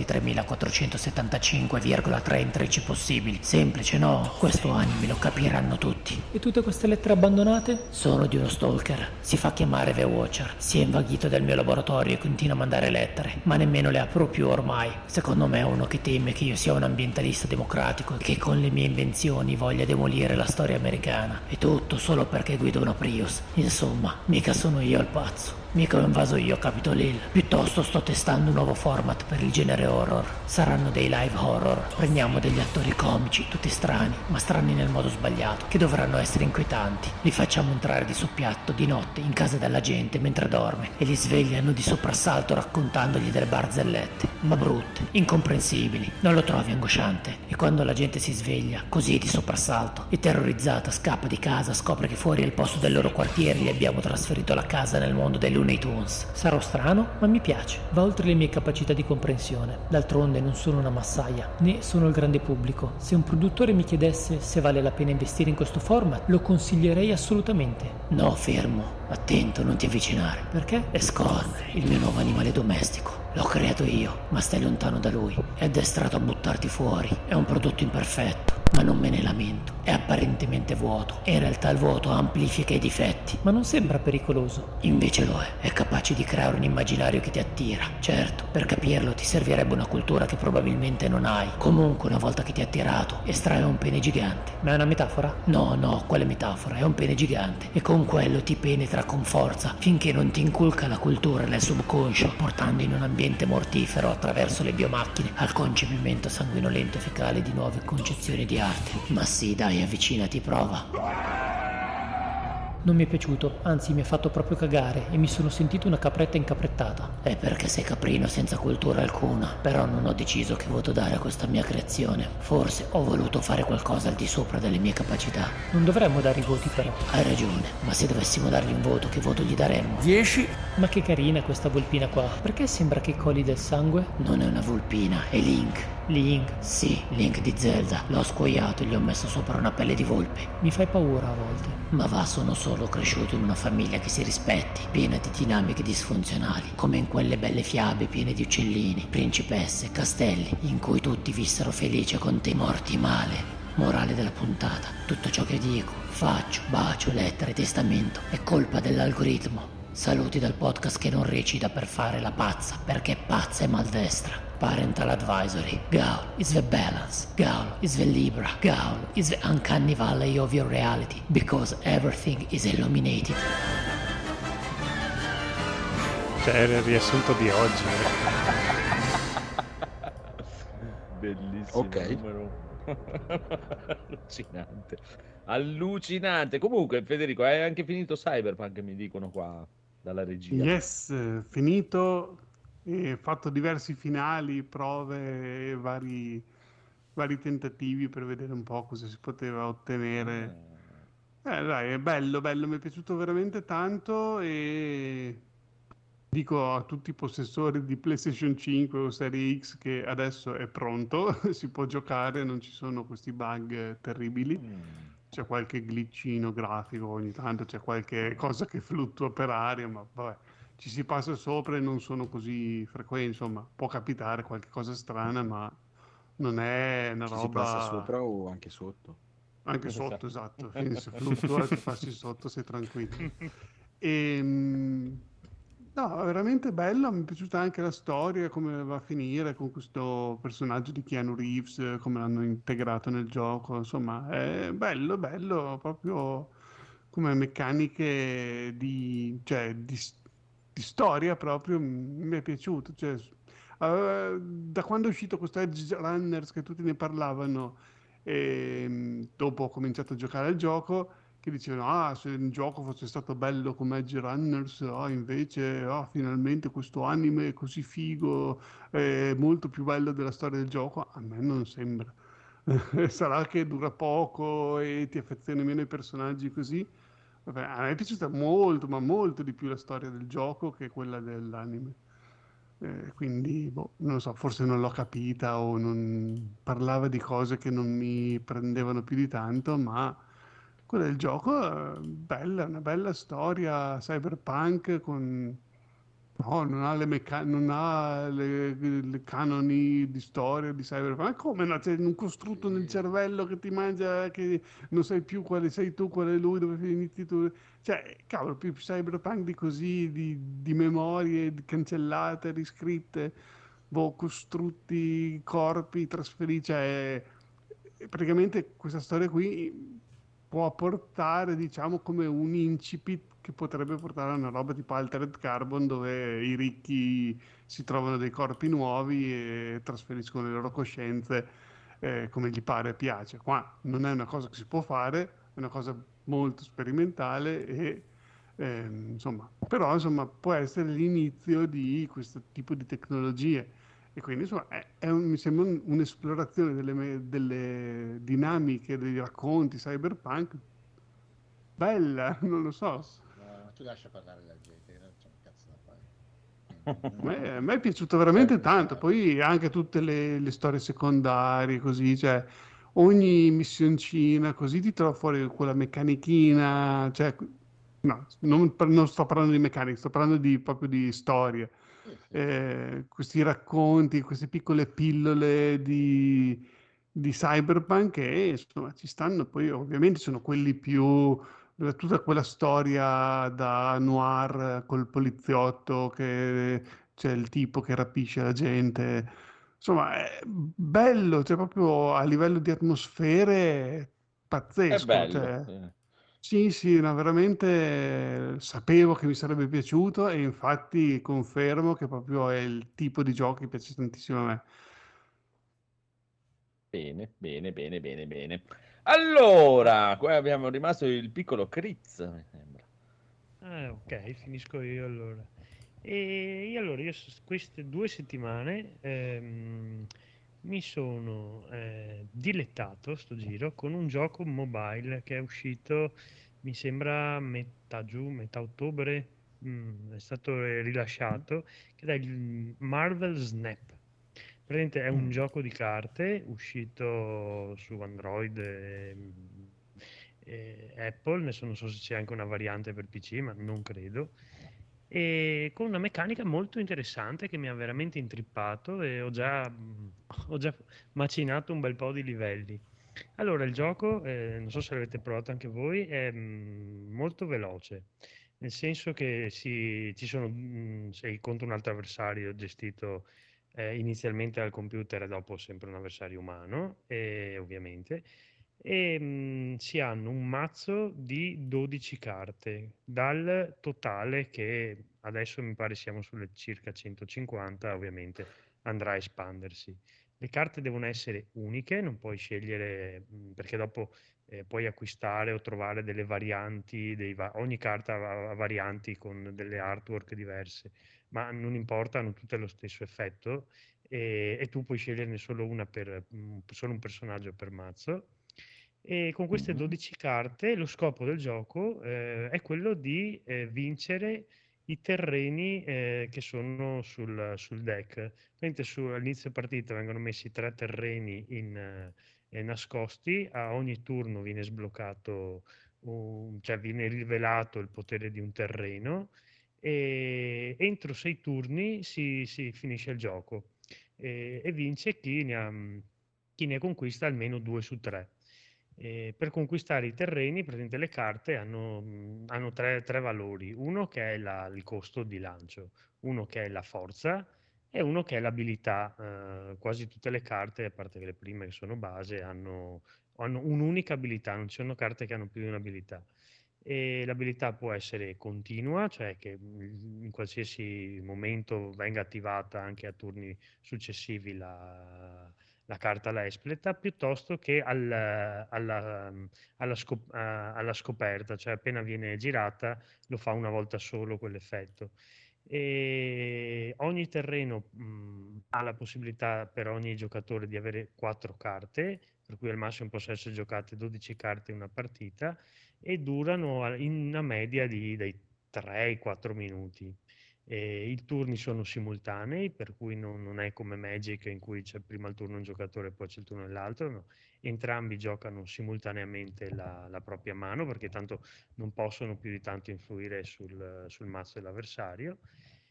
centoventitremilaquattrocentosettantacinque virgola tre intrecci possibili. Semplice, no? Questo anime lo capiranno tutti. E tutte queste lettere abbandonate? Sono di uno stalker. Si fa chiamare The Watcher. Si è invaghito del mio laboratorio e continua a mandare lettere, ma nemmeno le apro più ormai. Secondo me è uno che teme che io sia un ambientalista democratico e che con le mie invenzioni voglia demolire la storia americana. E tutto solo perché guido una Prius. Insomma, mica sono io il pazzo. Mica ho invaso io Capitol Hill. Piuttosto sto testando un nuovo format per il genere horror. Saranno dei live horror. Prendiamo degli attori comici, tutti strani, ma strani nel modo sbagliato, che dovranno essere inquietanti. Li facciamo entrare di soppiatto di notte in casa della gente mentre dorme e li svegliano di soprassalto raccontandogli delle barzellette, ma brutte, incomprensibili. Non lo trovi angosciante? E quando la gente si sveglia, così di soprassalto e terrorizzata scappa di casa, scopre che fuori al posto del loro quartiere gli abbiamo trasferito la casa nel mondo dei Looney Tunes. Sarò strano, ma mi piace. Va oltre le mie capacità di comprensione. D'altronde non sono una massaia, né sono il grande pubblico. Se un produttore mi chiedesse se vale la pena investire in questo format, lo consiglierei assolutamente. No, fermo, attento, non ti avvicinare. Perché? È Scorn, il mio nuovo animale domestico. L'ho creato io, ma stai lontano da lui. È addestrato a buttarti fuori. È un prodotto imperfetto, ma non me ne lamento. È apparentemente vuoto e in realtà il vuoto amplifica i difetti. Ma non sembra pericoloso. Invece lo è. È capace di creare un immaginario che ti attira. Certo, per capirlo ti servirebbe una cultura che probabilmente non hai. Comunque, una volta che ti ha attirato, estrae un pene gigante. Ma è una metafora? No, no, quale metafora? È un pene gigante. E con quello ti penetra con forza finché non ti inculca la cultura nel subconscio, portando in un ambiente mortifero attraverso le biomacchine al concepimento sanguinolento e fecale di nuove concezioni di arte. Ma sì, dai, avvicinati, prova. Non mi è piaciuto, anzi mi ha fatto proprio cagare e mi sono sentito una capretta incaprettata. È perché sei caprino senza cultura alcuna, però non ho deciso che voto dare a questa mia creazione. Forse ho voluto fare qualcosa al di sopra delle mie capacità. Non dovremmo dare i voti però. Hai ragione, ma se dovessimo dargli un voto, che voto gli daremmo? dieci. Ma che carina questa volpina qua. Perché sembra che coli del sangue? Non è una volpina, è Link. Link, sì, Link di Zelda. L'ho scuoiato e gli ho messo sopra una pelle di volpe. Mi fai paura a volte. Ma va, sono solo cresciuto in una famiglia che si rispetti, piena di dinamiche disfunzionali, come in quelle belle fiabe piene di uccellini, principesse, castelli, in cui tutti vissero felici e con te morti male. Morale della puntata: tutto ciò che dico, faccio, bacio, lettere, testamento è colpa dell'algoritmo. Saluti dal podcast che non recita per fare la pazza, perché pazza e maldestra. Parental advisory. Gaul is the balance. Gaul is the Libra. Gaul is the uncanny valley of your reality, because everything is illuminated. Cioè, era il riassunto di oggi. Bellissimo. Ok. Numero. Allucinante. Allucinante. Comunque, Federico, hai anche finito Cyberpunk, mi dicono qua dalla regia. Yes, eh, finito, e fatto diversi finali, prove, e vari, vari tentativi per vedere un po' cosa si poteva ottenere. Eh, dai, è bello, bello, mi è piaciuto veramente tanto e dico a tutti i possessori di PlayStation cinque o Serie X che adesso è pronto, si può giocare, non ci sono questi bug eh, terribili. Mm. C'è qualche glitchino grafico ogni tanto, c'è qualche cosa che fluttua per aria, ma vabbè, ci si passa sopra e non sono così frequenti, insomma, può capitare qualche cosa strana, ma non è una Ci si passa roba... sopra o anche sotto? Anche sotto, esatto, quindi se fluttua ti passi sotto, sei tranquillo. E, no, veramente bello, mi è piaciuta anche la storia, come va a finire con questo personaggio di Keanu Reeves, eh, come l'hanno integrato nel gioco, insomma, è bello, bello, proprio come meccaniche di, cioè, di, di storia proprio, m- mi è piaciuto, cioè, eh, da quando è uscito questo Edge Runners che tutti ne parlavano, e dopo ho cominciato a giocare al gioco, che dicevano, ah, se il gioco fosse stato bello come Edge Runners, ah, invece, ah, finalmente questo anime è così figo, è molto più bello della storia del gioco. A me non sembra. Sarà che dura poco e ti affezioni meno ai personaggi così. Vabbè, a me è piaciuta molto, ma molto di più la storia del gioco che quella dell'anime. Eh, quindi, boh, non lo so, forse non l'ho capita o non parlava di cose che non mi prendevano più di tanto, ma quella del gioco è bella, una bella storia cyberpunk con... No, non ha le, mecca- non ha le, le canoni di storia di cyberpunk. Ma come no? C'è un costrutto nel cervello che ti mangia, che non sai più quale sei tu, quale è lui, dove inizi tu. Cioè, cavolo, più cyberpunk di così, di, di memorie di cancellate, riscritte, boh, costrutti, corpi, trasferiti. Cioè, praticamente questa storia qui può portare, diciamo, come un incipit che potrebbe portare a una roba tipo Altered Carbon, dove i ricchi si trovano dei corpi nuovi e trasferiscono le loro coscienze eh, come gli pare e piace. Qua non è una cosa che si può fare, è una cosa molto sperimentale e ehm, insomma, però insomma può essere l'inizio di questo tipo di tecnologie. E quindi insomma è, è un- mi sembra un- un'esplorazione delle, me- delle dinamiche dei racconti cyberpunk bella, non lo so. No, tu lascia parlare la gente, che non c'è un cazzo da fare. A me, a me è piaciuto veramente tanto. Poi anche tutte le, le storie secondarie, così, cioè ogni missioncina, così ti trova fuori quella meccanichina. Cioè, no, non, par- non sto parlando di meccanica, sto parlando di, proprio di storie. Sì, sì. Eh, questi racconti, queste piccole pillole di, di cyberpunk che insomma ci stanno. Poi ovviamente sono quelli più eh, tutta quella storia da noir col poliziotto che c'è il tipo che rapisce la gente. Insomma, è bello, cioè proprio a livello di atmosfere è È pazzesco. bello. Cioè, eh. sì, sì, no, veramente eh, sapevo che mi sarebbe piaciuto e infatti confermo che proprio è il tipo di gioco che piace tantissimo a me. Bene, bene, bene, bene, bene. Allora, qua abbiamo rimasto il piccolo Critz, mi sembra. Ah, ok, finisco io allora. E io allora, io s- queste due settimane ehm, mi sono eh, dilettato, sto giro, con un gioco mobile che è uscito, mi sembra metà giù, metà ottobre, mm, è stato eh, rilasciato, che è il Marvel Snap. Praticamente è un Mm. gioco di carte uscito su Android e, e Apple, adesso non so se c'è anche una variante per P C, ma non credo. E con una meccanica molto interessante che mi ha veramente intrippato e ho già, ho già macinato un bel po' di livelli. Allora, il gioco, eh, non so se l'avete provato anche voi, è mm, molto veloce, nel senso che si, ci sono, mm, sei contro un altro avversario gestito eh, inizialmente dal computer e dopo sempre un avversario umano, eh, ovviamente, e mm, si hanno un mazzo di dodici carte, dal totale che adesso mi pare siamo sulle circa centocinquanta, ovviamente andrà a espandersi. Le carte devono essere uniche, non puoi scegliere, mh, perché dopo eh, puoi acquistare o trovare delle varianti, dei va- ogni carta ha, ha varianti con delle artwork diverse, ma non importa, hanno tutte lo stesso effetto e, e tu puoi sceglierne solo una per, mh, solo un personaggio per mazzo. E con queste Mhm. dodici carte lo scopo del gioco eh, è quello di eh, vincere i terreni eh, che sono sul, sul deck. Mentre su, all'inizio partita vengono messi tre terreni in, eh, eh, nascosti, a ogni turno viene sbloccato, un- cioè viene rivelato il potere di un terreno e entro sei turni si, si finisce il gioco e, e vince chi ne ha, chi ne conquista almeno due su tre. Eh, per conquistare i terreni, praticamente le carte hanno, mh, hanno tre, tre valori, uno che è la- il costo di lancio, uno che è la forza e uno che è l'abilità. Eh, quasi tutte le carte, a parte che le prime che sono base, hanno, hanno un'unica abilità, non ci sono carte che hanno più di un'abilità. E l'abilità può essere continua, cioè che mh, in qualsiasi momento venga attivata anche a turni successivi la, la carta la espleta, piuttosto che al- alla, alla scop- a- alla scoperta, cioè appena viene girata lo fa una volta solo quell'effetto. E ogni terreno mh, ha la possibilità per ogni giocatore di avere quattro carte, per cui al massimo possono essere giocate dodici carte in una partita e durano a- in una media di, dai tre ai quattro minuti. E i turni sono simultanei, per cui non, non è come Magic in cui c'è prima il turno un giocatore e poi c'è il turno dell'altro, no. Entrambi giocano simultaneamente la, la propria mano perché tanto non possono più di tanto influire sul, sul mazzo dell'avversario.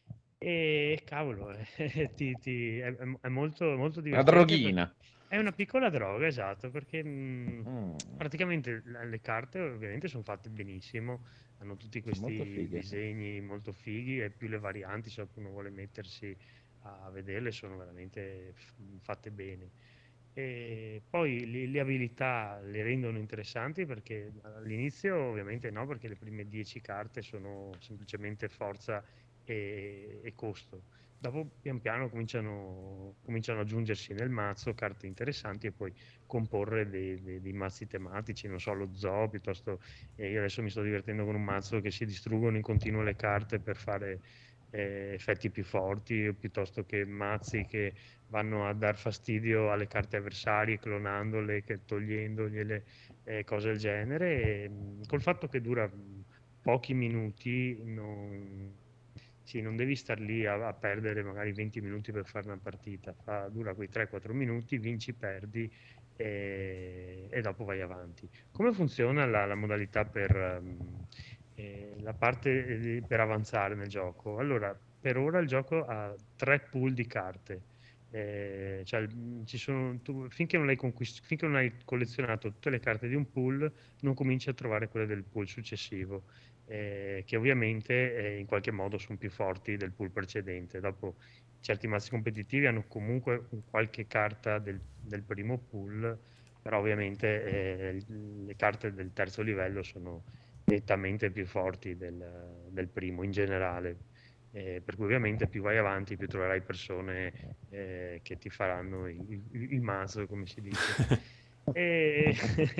E cavolo, eh, ti- ti- è, è- è molto, molto Una divertente perché droghina. è una piccola droga, esatto, perché mh, Mm. praticamente la- le carte ovviamente sono fatte benissimo, hanno tutti Sono molto questi fighe. disegni molto fighi e più le varianti, se uno vuole mettersi a vederle, sono veramente f- fatte bene. E poi le, le abilità le rendono interessanti perché all'inizio ovviamente no, perché le prime dieci carte sono semplicemente forza e, e costo. Dopo pian piano cominciano, cominciano ad aggiungersi nel mazzo carte interessanti e poi comporre dei, dei- dei mazzi tematici, non so, lo zoo, piuttosto eh, io adesso mi sto divertendo con un mazzo che si distruggono in continuo le carte per fare eh, effetti più forti, piuttosto che mazzi che vanno a dar fastidio alle carte avversarie, clonandole, che- togliendogliele, eh, cose del genere. E, mh, col fatto che dura mh, pochi minuti, non, sì, non devi star lì a, a perdere magari venti minuti per fare una partita, fa- dura quei tre quattro minuti, vinci, perdi e, e dopo vai avanti. Come funziona la, la modalità per ehm, eh, la parte eh, per avanzare nel gioco? Allora, per ora il gioco ha tre pool di carte. Eh, cioè, mh, ci sono, tu- finché non hai conquist- finché non hai collezionato tutte le carte di un pool, non cominci a trovare quelle del pool successivo, eh, che ovviamente eh, in qualche modo sono più forti del pool precedente. Dopo certi mazzi competitivi hanno comunque un- qualche carta del, del primo pool, però ovviamente eh, le carte del terzo livello sono nettamente più forti del, del primo in generale. Eh, per cui ovviamente più vai avanti più troverai persone eh, che ti faranno il, il, il mazzo, come si dice. E,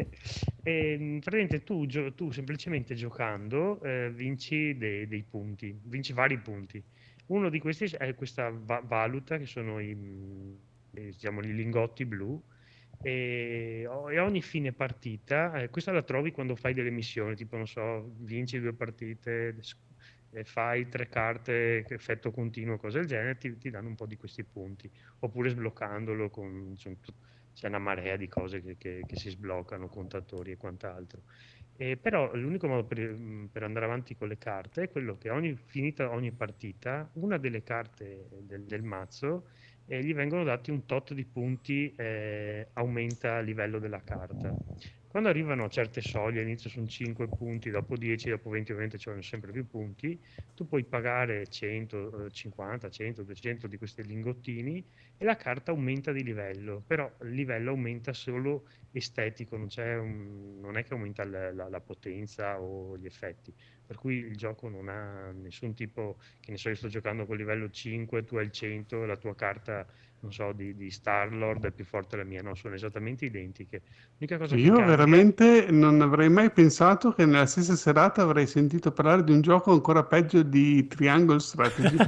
e, mh, praticamente tu, gio- tu semplicemente giocando eh, vinci dei, dei punti, vinci vari punti. Uno di questi è questa va- valuta che sono i, mh, eh, diciamo, i lingotti blu e, o- e ogni fine partita, eh, questa la trovi quando fai delle missioni, tipo non so, vinci due partite, s- e fai tre carte, che effetto continuo, cose del genere, ti, ti danno un po' di questi punti. Oppure sbloccandolo con... Cioè, c'è una marea di cose che, che, che si sbloccano, contatori e quant'altro. Eh, però l'unico modo per, per andare avanti con le carte è quello che ogni, finita ogni partita, una delle carte del, del mazzo eh, gli vengono dati un tot di punti, eh, aumenta il livello della carta. Quando arrivano a certe soglie, all'inizio sono cinque punti, dopo dieci, dopo venti ovviamente ci vogliono sempre più punti, tu puoi pagare cento, cinquanta, cento, duecento di questi lingottini e la carta aumenta di livello, però il livello aumenta solo estetico, non, c'è un, non è che aumenta la, la, la potenza o gli effetti, per cui il gioco non ha nessun tipo, che ne so, io sto giocando con livello cinque, tu hai il cento, la tua carta, non so, di, di Star-Lord è più forte della mia, no, sono esattamente identiche. L'unica cosa che Io cambia... veramente non avrei mai pensato che nella stessa serata avrei sentito parlare di un gioco ancora peggio di Triangle Strategy.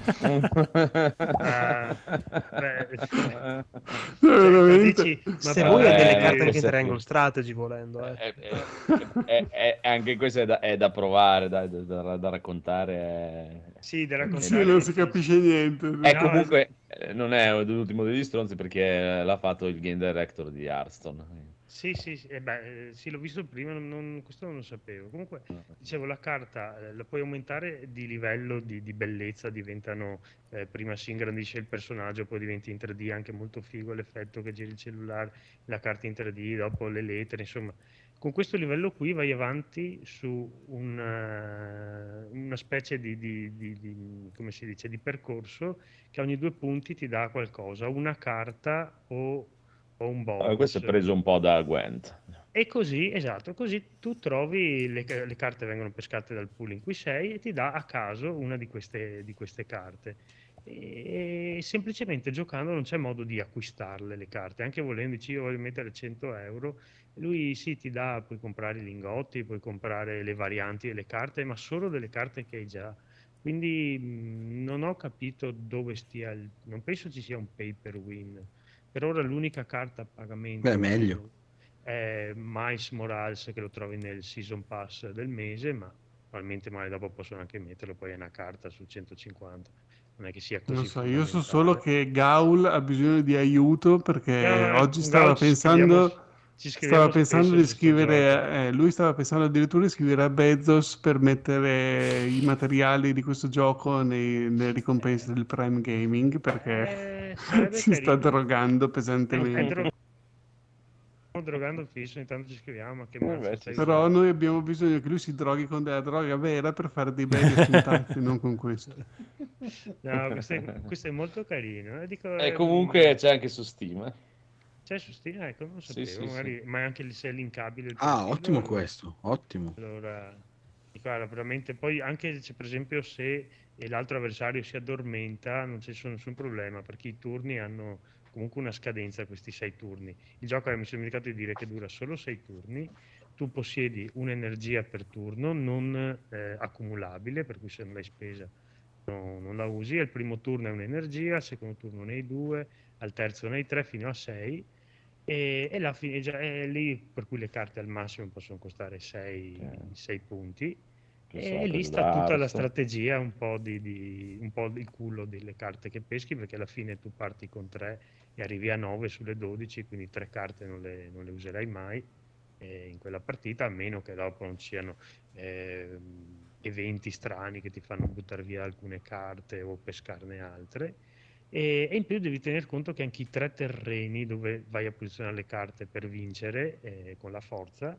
Ah, beh, Cioè, cioè, veramente. dici, ma Se poi- vuoi ha delle Eh, carte anche in questo è Triangle più- Strategy volendo, eh. Eh, eh, eh, eh, anche questo è da, è da provare, dai, da, da- da raccontare. è- Sì, da è- raccontare. Sì, non si capisce niente. E No, comunque eh, non è l'ultimo degli stronzi perché l'ha fatto il game director di Hearthstone. Sì, sì, sì, eh beh, eh, sì, l'ho visto prima, non- non- questo non lo sapevo. Comunque, dicevo, la carta eh, la puoi aumentare di livello di, di bellezza, diventano, eh, prima si ingrandisce il personaggio, poi diventi in tre D, anche molto figo l'effetto che giri il cellulare, la carta in tre D, dopo le lettere, insomma. Con questo livello qui vai avanti su una, una specie di, di- di- di- come si dice, di percorso che ogni due punti ti dà qualcosa, una carta o, o un Eh, questo è bonus. preso un po' da Gwent. E così, esatto, così tu trovi le, le carte vengono pescate dal pool in cui sei e ti dà a caso una di queste, di queste carte. E semplicemente giocando non c'è modo di acquistarle le carte, anche volendo, dici io voglio mettere cento euro, lui sì ti dà, puoi comprare i lingotti, puoi comprare le varianti delle carte, ma solo delle carte che hai già. Quindi mh, non ho capito dove stia il... non penso ci sia un pay per win. Per ora l'unica carta a pagamento Beh, meglio. è Miles Morales, che lo trovi nel Season Pass del mese, ma probabilmente magari dopo possono anche metterlo, poi è una carta su centocinquanta, non è che sia così Non so, io so solo fondamentale. che Gaul ha bisogno di aiuto perché No, no, no, oggi con stava Gaul ci scriviamo, pensando, ci stava scriviamo pensando spesso di su sto gioco. scrivere, eh, lui stava pensando addirittura di scrivere a Bezos per mettere i materiali di questo gioco nei- nelle ricompense del Prime Gaming perché Eh, sarebbe si sta carino. drogando Eh, è pesantemente. dro- stiamo drogando fisso, intanto ci scriviamo, che Eh, mazzo beh, stai sì, Però usando? noi abbiamo bisogno che lui si droghi con della droga vera per fare dei bei risultati, non con questo. No, questo è, questo è molto carino. eh, Dico, E eh, comunque c'è anche su Steam. eh. c'è su Steam, ecco, non Sì, sapevo, sì, magari, ma anche lì se è linkabile il Ah, profilo, ottimo allora, questo, ottimo. allora dico, guarda, veramente, poi anche se per esempio se e l'altro avversario si addormenta non c'è nessun problema, perché i turni hanno comunque una scadenza, questi sei turni. Il gioco, eh, mi sono dimenticato di dire che dura solo sei turni, tu possiedi un'energia per turno non eh, accumulabile, per cui se non l'hai spesa no- non la usi. Al primo turno è un'energia, al secondo turno ne hai due, al terzo ne hai tre fino a sei. E, e la fine già è lì, per cui le carte al massimo possono costare sei punti. Che E so, lì preso sta da tutta la Hearthstone. strategia, un po' di, di- un po' il culo delle carte che peschi, perché alla fine tu parti con tre e arrivi a nove sulle dodici, quindi tre carte non le, non le userai mai eh, in quella partita, a meno che dopo non ci siano ehm, eventi strani che ti fanno buttare via alcune carte o pescarne altre. E, e in più devi tener conto che anche i tre terreni dove vai a posizionare le carte per vincere eh, con la forza,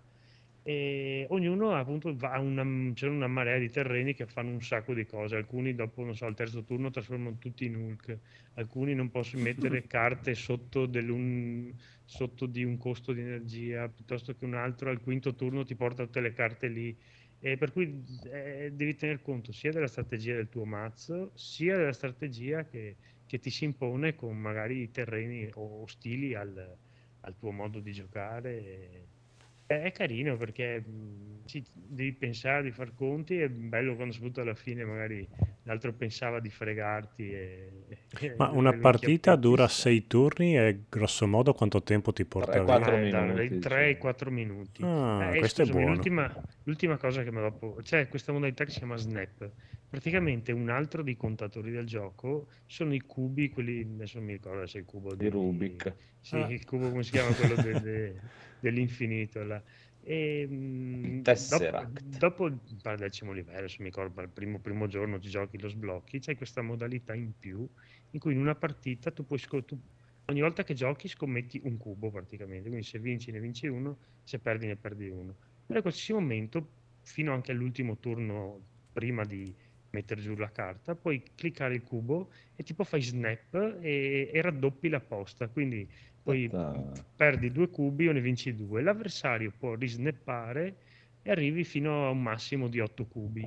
e ognuno appunto va a una, c'è una marea di terreni che fanno un sacco di cose. Alcuni dopo, non so, al terzo turno trasformano tutti in Hulk, alcuni non possono mettere carte sotto, dell'un, sotto di un costo di energia, piuttosto che un altro al quinto turno ti porta tutte le carte lì. E per cui eh, devi tener conto sia della strategia del tuo mazzo, sia della strategia che, che ti si impone con magari i terreni o ostili al, al tuo modo di giocare. È è carino perché mh, sì, devi pensare di far conti, è bello quando soprattutto alla fine magari l'altro pensava di fregarti e, e Ma lo- una e lo partita inchiappetti. dura sei turni e grosso modo quanto tempo ti porta quattro via? Eh, da- minuti, dai tre ai diciamo. quattro minuti. Ah, Eh, e questo è scusami, buono. l'ultima, l'ultima cosa che mi dopo... C'è questa modalità che si chiama Snap, praticamente un altro dei contatori del gioco sono i cubi, quelli, adesso non mi ricordo se è il cubo Di Rubik. sì, Ah. il cubo, come si chiama, quello de- de- dell'infinito là. E, mh, dopo, Tesseract. dopo il al decimo livello, se mi ricordo, il primo, primo giorno ti giochi, lo sblocchi, c'è questa modalità in più in cui in una partita tu puoi sco- tu- ogni volta che giochi scommetti un cubo praticamente, quindi se vinci ne vinci uno, se perdi ne perdi uno. Però a qualsiasi momento, fino anche all'ultimo turno prima di mettere giù la carta, puoi cliccare il cubo e tipo fai snap e, e raddoppi la posta, quindi poi Aspetta. perdi due cubi o ne vinci due. L'avversario può risnappare e arrivi fino a un massimo di otto cubi.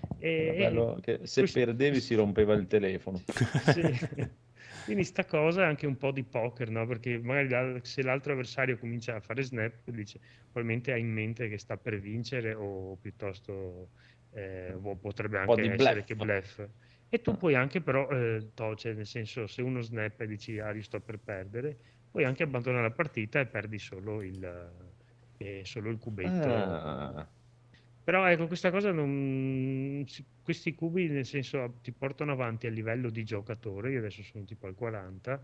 E, Bello e che se questo- perdevi si rompeva il telefono. sì. Quindi sta cosa è anche un po' di poker, no? Perché magari la- se l'altro avversario comincia a fare snap, dice, probabilmente ha in mente che sta per vincere o piuttosto eh, o potrebbe Un po' anche di essere bluff. che bluff. E tu puoi anche però, eh, to- cioè, nel senso, se uno snap e dici, ah, io sto per perdere, puoi anche abbandonare la partita e perdi solo il, eh, solo il cubetto. Ah. Però ecco, questa cosa non... si- questi cubi nel senso ti portano avanti a livello di giocatore, io adesso sono tipo al quaranta,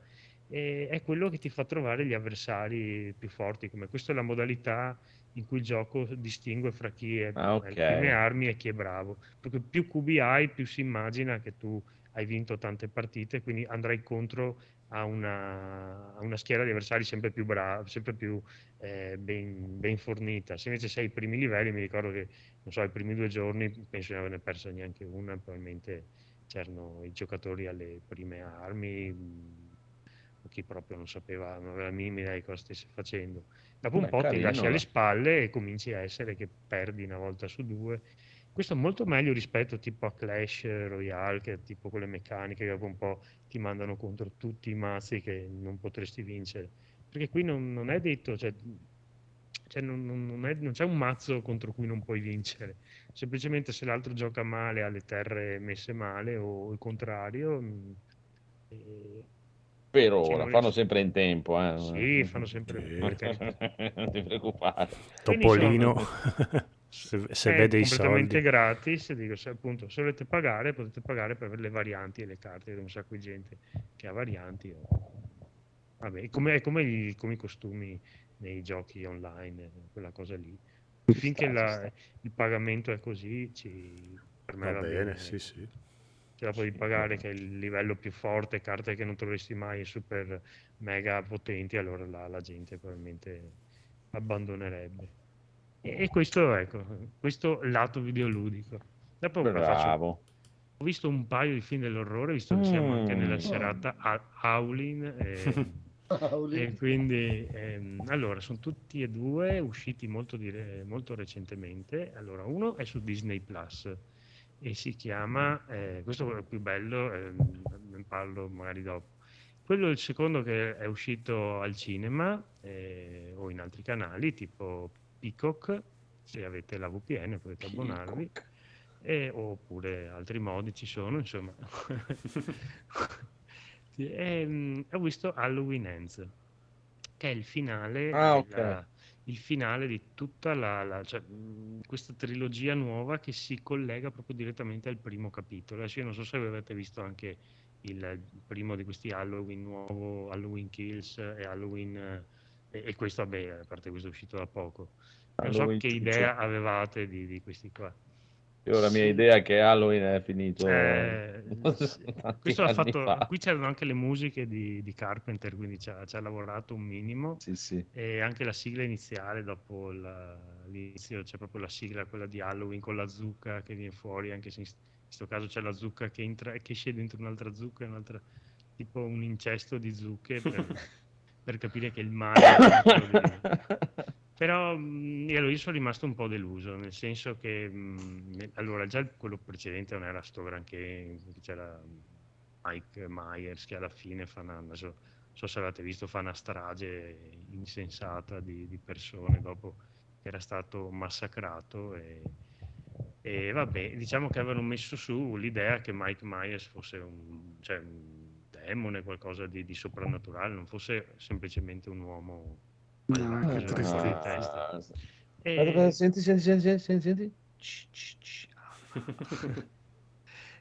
e è quello che ti fa trovare gli avversari più forti, come questa è la modalità in cui il gioco distingue fra chi è Ah, alle prime ok. armi e chi è bravo, perché più cubi hai, più si immagina che tu hai vinto tante partite, quindi andrai contro a una, a una schiera di avversari sempre più brava, sempre più eh, ben, ben fornita. Se invece sei ai primi livelli, mi ricordo che non so, i primi due giorni penso di non averne persa neanche una, probabilmente c'erano i giocatori alle prime armi, mh, o chi proprio non sapeva, non aveva la minima idea di cosa stesse facendo. Dopo un Beh, po' ti lasci alle carino. spalle e cominci a essere che perdi una volta su due. Questo è molto meglio rispetto tipo a Clash Royale, che è tipo quelle meccaniche che dopo un po' ti mandano contro tutti i mazzi che non potresti vincere. Perché qui non, non è detto, cioè, cioè non, non- non è- non c'è un mazzo contro cui non puoi vincere. Semplicemente se l'altro gioca male, ha le terre messe male o il contrario. mh, e- Per sì, ora, non fanno riesci- sempre in tempo, eh. Sì, fanno sempre, per carità. Non ti preoccupare. Quindi insomma, Topolino, se, se è vede i completamente soldi. gratis, dico, se appunto se volete pagare potete pagare per avere le varianti e le carte, vedo un sacco di gente che ha varianti. o- Vabbè, è come, è come i, come i costumi nei giochi online, eh, quella cosa lì. Ci Finché sta, ci la- sta. il pagamento è così, ci- per me Va va bene, bene. sì, sì. Se la puoi pagare che è il livello più forte, carte che non troveresti mai super mega potenti, allora la, la gente probabilmente abbandonerebbe. E, e questo, ecco, questo lato videoludico. Dopo la faccio, Bravo. ho visto un paio di film dell'orrore, visto che siamo anche nella Mm. serata a Howlin', e, e quindi ehm, allora sono tutti e due usciti molto, dire- molto recentemente. Allora, uno è su Disney Plus e si chiama, eh, questo è il più bello, ehm, ne parlo magari dopo. Quello è il secondo che è uscito al cinema eh, o in altri canali, tipo Peacock, se avete la V P N potete abbonarvi, e- oppure altri modi ci sono, insomma. E, mm, ho visto Halloween Ends, che è il finale, Ah, ok. della- il finale di tutta la, la- cioè, mh, questa trilogia nuova che si collega proprio direttamente al primo capitolo. Adesso io non so se avete visto anche il, il primo di questi Halloween nuovo, Halloween Kills e Halloween, eh, e, e questo, vabbè, a parte questo è uscito da poco. Non so Halloween che ciuccio. idea avevate di, di questi qua. Io la mia Su- idea è che Halloween è finito eh, sì. tanti Questo ha anni fatto, fa. qui c'erano anche le musiche di, di Carpenter, quindi ci ha, ci ha lavorato un minimo, Sì, sì. e anche la sigla iniziale dopo la- l'inizio c'è proprio la sigla, quella di Halloween con la zucca che viene fuori, anche se in questo caso c'è la zucca che, entra, che esce dentro un'altra zucca, un'altra, tipo un incesto di zucche per, per capire che il male è dentro di- Però mh, io io sono rimasto un po' deluso, nel senso che mh, allora già il- quello precedente non era sto granché, c'era Mike Myers che alla fine fa una, adesso, non so se avete visto, fa una strage insensata di, di persone dopo che era stato massacrato e, e vabbè, diciamo che avevano messo su l'idea che Mike Myers fosse un, cioè, un demone, qualcosa di, di soprannaturale, non fosse semplicemente un uomo No, malvagio, che fuori di Ah, testa. aspetta, E- aspetta, senti, senti, senti, senti, senti. Shh, shh, shh.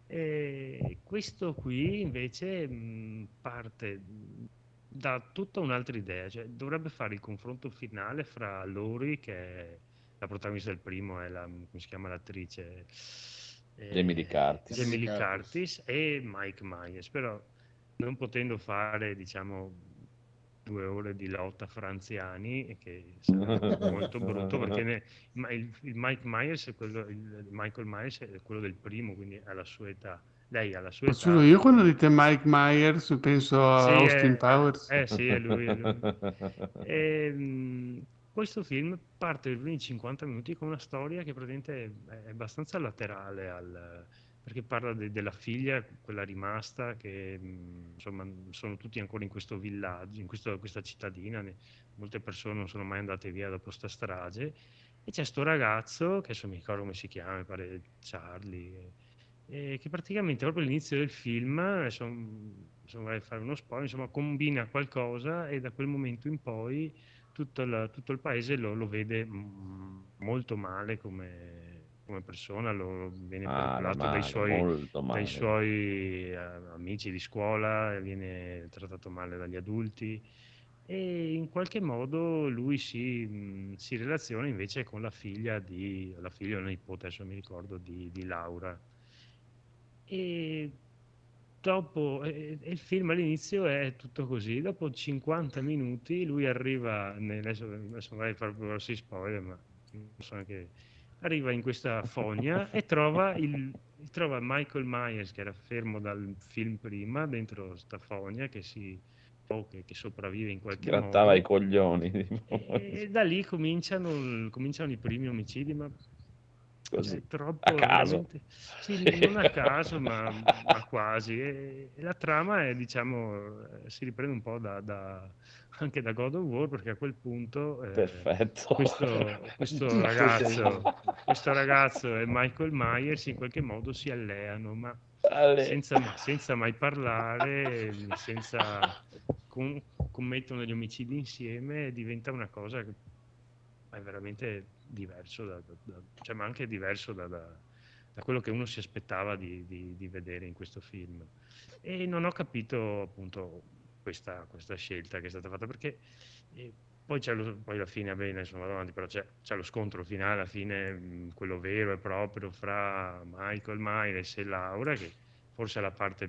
E questo qui invece mh, parte da tutta un'altra idea, cioè dovrebbe fare il confronto finale fra Lori, che è la protagonista del primo, è la, come si chiama l'attrice? Jamie Lee Eh, Curtis. Jamie Lee Jamie Lee Curtis. Curtis e Mike Myers, però non potendo fare, diciamo, due ore di lotta fra anziani, che sarebbe molto brutto, perché ne- ma il, il Mike Myers è quello, il Michael Myers è quello del primo, quindi ha la sua età. Lei ha la sua Solo età. io quando dite Mike Myers penso a Sì, Austin è, Powers. eh sì, è lui, è lui. E, mh, questo film parte nei primi cinquanta minuti con una storia che praticamente è, è abbastanza laterale al, perché parla de- della figlia, quella rimasta, che mh, insomma sono tutti ancora in questo villaggio, in questo- questa cittadina, ne- molte persone non sono mai andate via dopo sta strage, e c'è sto ragazzo, che adesso mi ricordo come si chiama, mi pare Charlie, e che praticamente proprio all'inizio del film, adesso insomma, vorrei fare uno spoiler, insomma combina qualcosa e da quel momento in poi tutto il, tutto il paese lo, lo vede mm, molto male come, come persona, lo, viene Male, percolato dai male, suoi, molto dai male. suoi eh, amici di scuola, viene trattato male dagli adulti e in qualche modo lui si, mh, si relaziona invece con la figlia di, la figlia o la nipote, adesso mi ricordo, di, di Laura. E dopo, e- e il film all'inizio è tutto così, dopo cinquanta minuti lui arriva, nel- adesso, adesso vai a fare grossi spoiler, ma non so neanche, arriva in questa fogna e trova, il, trova Michael Myers che era fermo dal film prima, dentro sta fogna che si o che, che sopravvive in qualche Grattava i modo coglioni. e, e da lì cominciano, cominciano i primi omicidi, ma Così, è a troppo, è caso. veramente, sì, non a caso, ma, ma quasi. E, e la trama è, diciamo, eh, si riprende un po' da, da- anche da God of War, perché a quel punto eh, Perfetto. questo, questo ragazzo, questo ragazzo e Michael Myers in qualche modo si alleano, ma Ale. senza, senza mai parlare, senza com- commettono degli omicidi insieme, diventa una cosa che è veramente diverso, da, da- da- cioè, ma anche diverso da, da- da quello che uno si aspettava di, di- di vedere in questo film. E non ho capito appunto questa, questa scelta che è stata fatta, perché eh, poi c'è lo, poi alla fine, bene, adesso vado avanti, però c'è, c'è lo scontro finale, alla fine mh, quello vero e proprio fra Michael Myers e Laura, che forse è la parte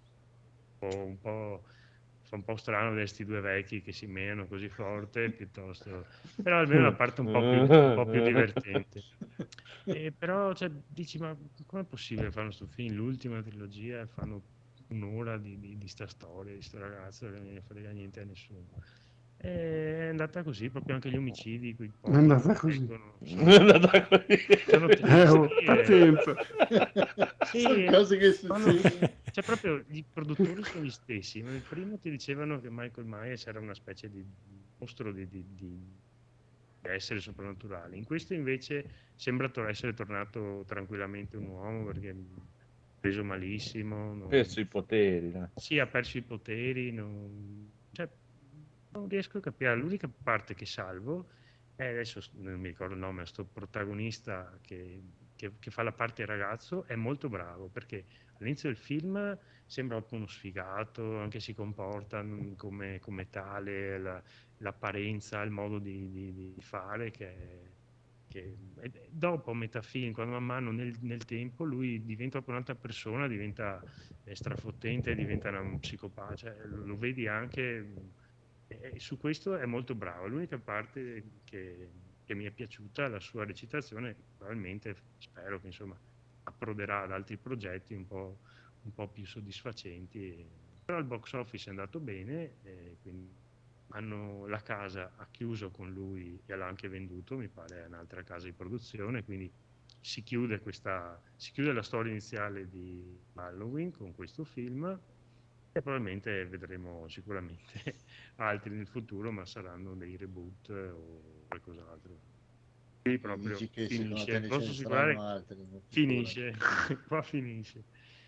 un po', un po', fa un po' strano vedere questi due vecchi che si menano così forte, piuttosto, però almeno la parte un po' più, un po' più divertente. E però cioè, dici, ma com'è possibile fare questo film, l'ultima trilogia, e fanno un'ora di, di, di sta storia, di sto ragazzo che non ne frega niente a nessuno. E è andata così, proprio anche gli omicidi, quei È pochi andata che così. vengono, È sono, andata così. sono te- Eh, oh, sì, eh, pazienza. sì, Sono eh, cose che fanno- succedono. cioè proprio i produttori sono gli stessi. Nel primo ti dicevano che Michael Myers era una specie di mostro di, di- di essere soprannaturale. In questo invece sembra tor- essere tornato tranquillamente un uomo perché è preso malissimo, non- Perso i poteri. dai. sì, ha perso i poteri, non, cioè, non riesco a capire. L'unica parte che salvo è adesso s- non mi ricordo il nome, sto protagonista che, che- che fa la parte ragazzo è molto bravo perché all'inizio del film sembra proprio uno sfigato, anche si comporta mm, come, come tale, la- l'apparenza, il modo di, di- di fare che, che e dopo a metà film, quando man mano nel, nel tempo lui diventa proprio un'altra persona, diventa eh, strafottente, diventa una- un psicopata, cioè, lo, lo vedi anche e su questo è molto bravo. L'unica parte che, che mi è piaciuta, la sua recitazione, probabilmente spero che insomma approderà ad altri progetti un po', un po' più soddisfacenti. Però il box office è andato bene, e quindi hanno, la casa ha chiuso con lui e l'ha anche venduto, mi pare, a un'altra casa di produzione, quindi si chiude, questa, si chiude la storia iniziale di Halloween con questo film e probabilmente vedremo sicuramente altri nel futuro, ma saranno dei reboot eh, o qualcos'altro. Qui proprio Dici che secondo te finisce, ne posso ce ne assicurare, saranno altri in un futuro. finisce, qua finisce.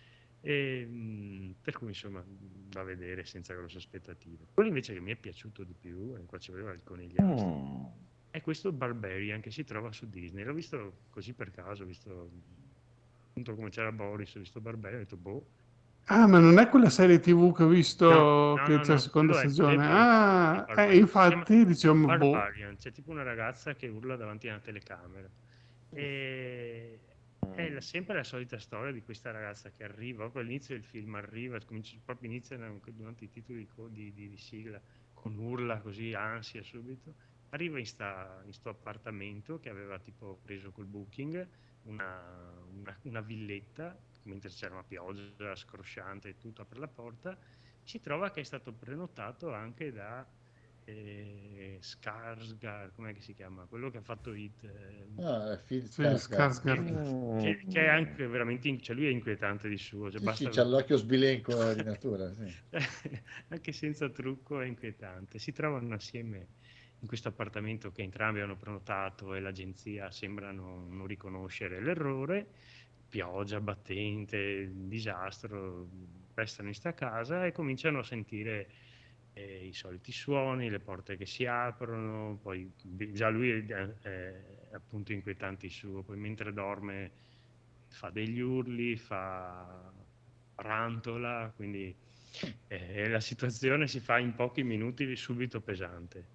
E, mh, per cui insomma da vedere senza grosse aspettative. Quello invece che mi è piaciuto di più, e qua ci voleva il conigliastro, Mm. è questo Barbarian che si trova su Disney. L'ho visto così per caso, ho visto appunto come c'era Boris, ho visto Barbera, ho detto boh. Ah, ma non è quella serie T V che ho visto No, no, che no, c'è la no, seconda quello è The stagione? Boys, Ah, eh, Barbarian. Si chiama infatti diciamo, boh. Barbarian, c'è tipo una ragazza che urla davanti a una telecamera. E è la- sempre la solita storia di questa ragazza che arriva, proprio all'inizio del film arriva, comincia, proprio inizia durante i titoli di, co- di, di- di sigla, con urla così, ansia subito. Arriva in sta, in sto appartamento che aveva tipo preso col booking, una, una- una villetta, mentre c'era una pioggia scrosciante e tutto, apre la porta, si trova che è stato prenotato anche da eh, Skarsgård, com'è che si chiama? Quello che ha fatto Hit. eh, Ah, Phil Sì, Skarsgård. Skarsgård. che, che è anche veramente, in- cioè lui è inquietante di suo, cioè Sì, basta sì, c'ha l'occhio sbilenco di natura, sì. anche senza trucco è inquietante. Si trovano assieme in questo appartamento che entrambi hanno prenotato e l'agenzia sembrano non riconoscere l'errore, pioggia battente, disastro, restano in sta casa e cominciano a sentire eh, i soliti suoni, le porte che si aprono, poi già lui è, è appunto inquietante il suo, poi mentre dorme fa degli urli, fa rantola, quindi eh, la situazione si fa in pochi minuti subito pesante.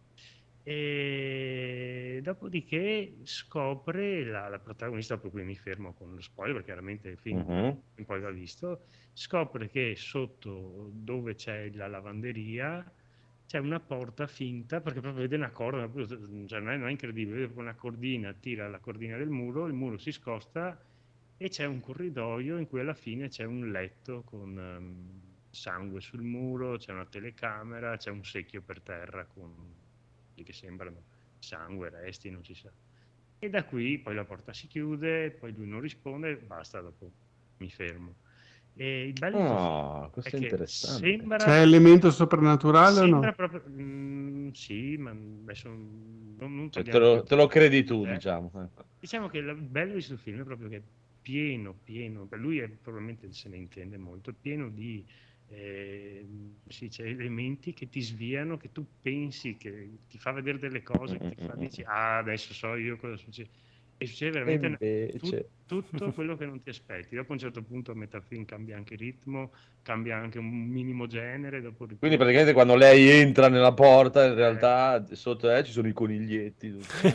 E dopodiché scopre la, la protagonista, per cui mi fermo con lo spoiler, perché chiaramente il film Mhm. poi va visto, scopre che sotto dove c'è la lavanderia c'è una porta finta, perché proprio vede una corda, cioè non è, non è incredibile, vede una cordina, tira la cordina del muro, il muro si scosta e c'è un corridoio in cui alla fine c'è un letto con ehm, sangue sul muro, c'è una telecamera, c'è un secchio per terra con quelli che sembrano sangue, resti, non si sa. E da qui poi la porta si chiude, poi lui non risponde, basta, dopo mi fermo. E il bello del film Ah, è questo è che interessante. sembra, C'è elemento soprannaturale o sembra no? proprio, mm, sì, ma adesso non, non Cioè, te togliamo lo, te lo credi tu, eh. diciamo. ecco. Diciamo che il bello di questo film è proprio che è pieno, pieno, per lui è, probabilmente se ne intende molto, è pieno di eh, si dice, elementi che ti sviano, che tu pensi, che ti fa vedere delle cose, che ti fa, dici, ah, adesso so io cosa succede. E succede E veramente tu- invece... tutto quello che non ti aspetti. Dopo a un certo punto a metà film cambia anche il ritmo, cambia anche un minimo genere, dopo Quindi ritorna. praticamente quando lei entra nella porta, in Eh. realtà sotto eh, ci sono i coniglietti,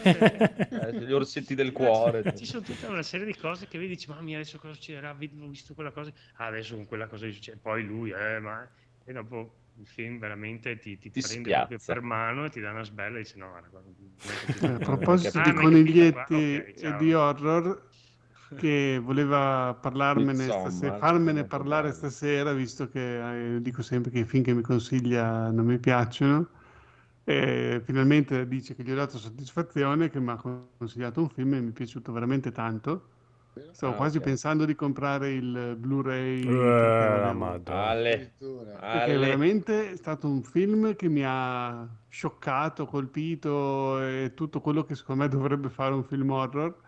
eh, gli orsetti del cuore. Ci sono tutta una serie di cose che vedi, dici, mamma mia, adesso cosa succederà? Ho visto quella cosa, ah, adesso con quella cosa succede, poi lui, eh, ma... E dopo il film veramente ti, ti Ti prende proprio spiazza. per mano e ti dà una sbella e dici, no, guarda, guarda, non hai Eh, capito. a proposito Ah, di ma hai capito qua? coniglietti Ok, e ciao. di horror, che voleva parlarmene stasera, Midsommar, farmene molto parlare bello. stasera, visto che eh, dico sempre che i film che mi consiglia non mi piacciono. E finalmente dice che gli ho dato soddisfazione, che mi ha consigliato un film e mi è piaciuto veramente tanto. Stavo Ah, quasi ok. pensando di comprare il Blu-ray Eh, perché la volevo... madonna. Ale, Addirittura. Perché Ale. veramente è stato un film che mi ha scioccato, colpito e tutto quello che secondo me dovrebbe fare un film horror.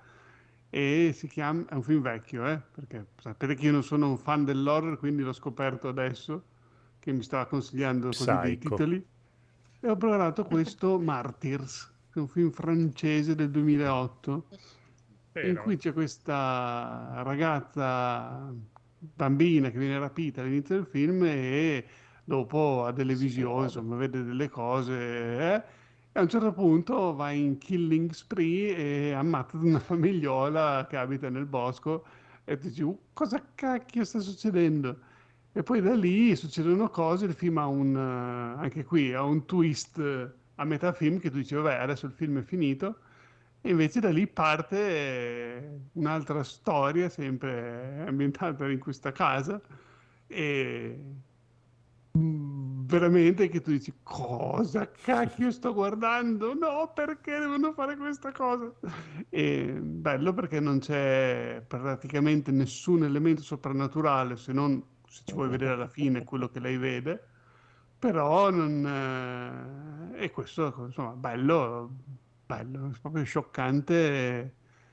E si chiama, è un film vecchio, eh? Perché sapete che io non sono un fan dell'horror, quindi l'ho scoperto adesso che mi stava consigliando così dei Psycho. titoli. E ho provato questo Martyrs, che è un film francese del duemilaotto, in Però, cui c'è questa ragazza bambina che viene rapita all'inizio del film e dopo ha delle visioni, Esplode. insomma, vede delle cose, eh, e a un certo punto va in killing spree e ammazza una famigliola che abita nel bosco e tu dici, "Uh, cosa cacchio sta succedendo?" E poi da lì succedono cose, il film ha un, eh, anche qui, ha un twist eh, a metà film che tu dici, vabbè, adesso il film è finito, e invece da lì parte eh, un'altra storia, sempre ambientata in questa casa, e mm, veramente che tu dici, cosa cacchio sto guardando? No, perché devono fare questa cosa? E bello perché non c'è praticamente nessun elemento soprannaturale, se non se ci vuoi vedere alla fine quello che lei vede, però non... eh, e questo, insomma, bello, bello, è proprio scioccante,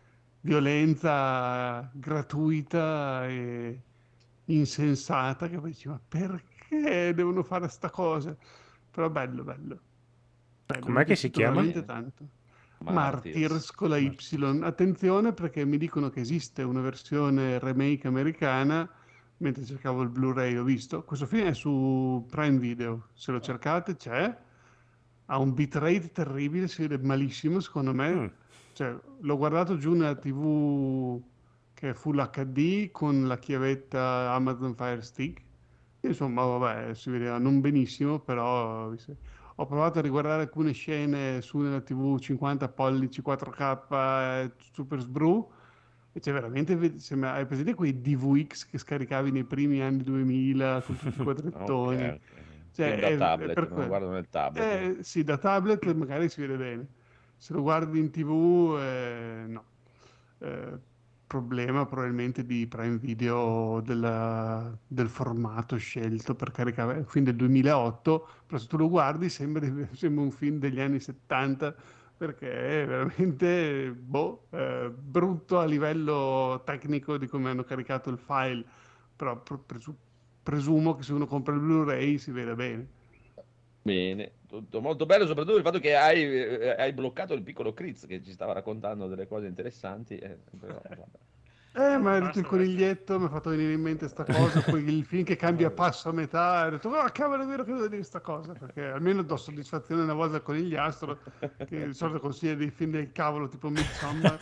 violenza gratuita e insensata, che poi dici, ma perché devono fare sta cosa? Però bello, bello, bello, mi Com'è è che si piaciuto chiama? veramente Bene. tanto. Martyrs con la Y. Attenzione perché mi dicono che esiste una versione remake americana, mentre cercavo il Blu-ray ho visto. Questo film è su Prime Video, se lo cercate c'è, ha un bitrate terribile, si vede malissimo secondo me. Mm. Cioè, l'ho guardato giù nella tivù che è Full acca di con la chiavetta Amazon Fire Stick. Insomma, vabbè, si vedeva non benissimo, però ho provato a riguardare alcune scene su nella tivù cinquanta pollici quattro K eh, super sbru e c'è veramente, sembra, hai presente quei D V X che scaricavi nei primi anni duemila con tutti i quadrettoni? Ok, ok. Cioè, Quindi da è- è tablet, per me lo quello. guardo nel tablet. Eh, sì, da tablet magari si vede bene. Se lo guardi in tivù, eh, no. Eh, problema probabilmente di Prime Video della- del formato scelto per caricare. È un film del duemilaotto, però se tu lo guardi sembra, sembra un film degli anni settanta perché è veramente boh, eh, brutto a livello tecnico di come hanno caricato il file, però pre- presu- presumo che se uno compra il Blu-ray si veda bene. Bene, tutto molto bello, soprattutto il fatto che hai, eh, hai bloccato il piccolo Chris che ci stava raccontando delle cose interessanti. eh, però, vabbè. Eh, ma è Basta, il coniglietto, mi ha fatto venire in mente sta cosa, poi il film che cambia passo a metà, ho detto, oh cavolo, è vero che devo dire sta cosa, perché almeno do soddisfazione una volta al conigliastro, che di solito consiglia dei film del cavolo tipo Midsommar.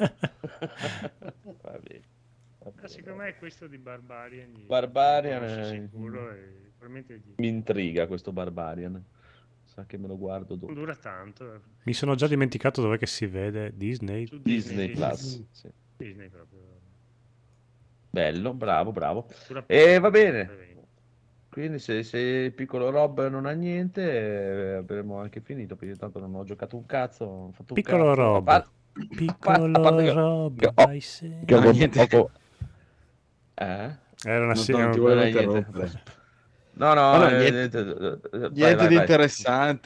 Va bene, va Ah, bene. secondo me questo di Barbarian, gli- Barbarian, lo conosco eh, sicuro e probabilmente gli- Mi intriga questo Barbarian. Sa che me lo guardo non dopo. dura tanto. eh. Mi sono già dimenticato dov'è che si vede Disney. Su Disney Disney, Plus. Sì. Disney proprio. Bello, bravo, bravo. Dura E poco, va bene. veramente. Quindi se, se il piccolo Rob non ha niente, eh, avremo anche finito, perché io tanto non ho giocato un cazzo, ho fatto un Piccolo cazzo. Rob. A par- Piccolo a parte che- Rob, che ho- vai se- che ho No, niente. poco- Eh? Era una Non, sì- non ti Non volevo è niente. interrompere. No, no, Ma no, eh, niente- niente, eh, vai, Niente vai, di vai. interessante.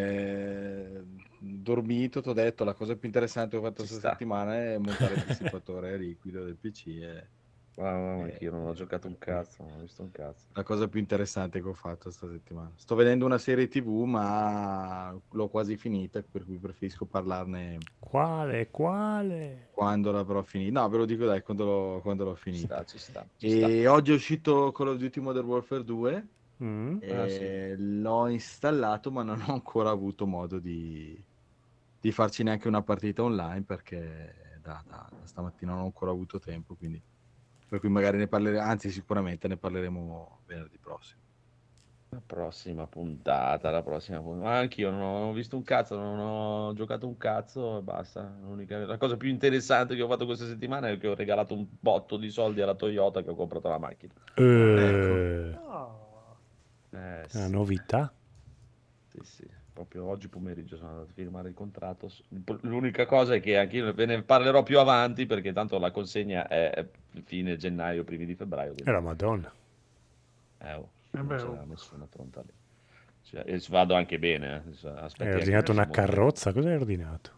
eh, Dormito, ti ho detto, la cosa più interessante che ho fatto Ci questa sta. settimana è montare il dissipatore liquido del P C. E Mamma mia, Eh, anche io non ho giocato un cazzo, non ho visto un cazzo. la cosa più interessante che ho fatto questa settimana. Sto vedendo una serie T V, ma l'ho quasi finita, per cui preferisco parlarne Quale? Quale? quando l'avrò finita. No, ve lo dico dai, quando l'ho, quando l'ho Ci finita. sta, ci sta, ci sta. E oggi è uscito Call of Duty Modern Warfare due. Mm? Ah, E l'ho installato, ma non ho ancora avuto modo di, di farci neanche una partita online perché da, da- da stamattina non ho ancora avuto tempo, quindi per cui magari ne parleremo, anzi sicuramente ne parleremo venerdì prossimo. La prossima puntata, la prossima puntata. Ma anch'io non ho visto un cazzo, non ho giocato un cazzo e basta. L'unica... La cosa più interessante che ho fatto questa settimana è che ho regalato un botto di soldi alla Toyota che ho comprato la macchina. Eh, Oh, Eh, una sì. novità? Sì, sì, proprio oggi pomeriggio sono andato a firmare il contratto. L'unica cosa è che anche io ve ne parlerò più avanti perché tanto la consegna è fine gennaio, primi di febbraio. È quindi- la Madonna. Eh, oh, Eh non beh, c'era oh. nessuna pronta lì. Cioè, e vado anche bene. eh. Aspetti Hai anche ordinato una Simone. carrozza? Cosa hai ordinato?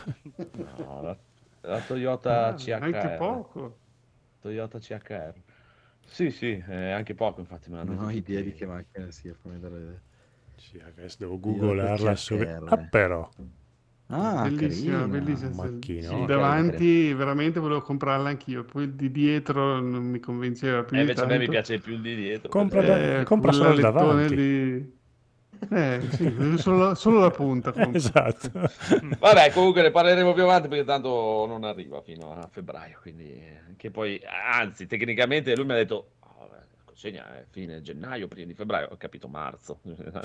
No, la, la Toyota Ah, C H R. anche poco. Toyota C H R. Sì, sì, eh, anche poco, infatti me l'hanno Non ho detto idea tutti. di che macchina sia, fammi dare vedere. Sì, adesso devo googolarla C H R. subito. Ah, però. Ah, Bellissima, carina. bellissima. Macchinone. Sì, Sì, davanti veramente volevo comprarla anch'io, poi di dietro non mi convinceva più E di invece a me mi tanto. piace più il di dietro. Compra perché- da- Eh, compra quella solo il lettone davanti. lì. Eh, sì, solo, solo la punta. compro. Esatto. Vabbè, comunque ne parleremo più avanti perché tanto non arriva fino a febbraio, quindi eh, che poi, anzi, tecnicamente lui mi ha detto "Oh, beh, la consegna è fine gennaio, prima di febbraio", ho capito marzo.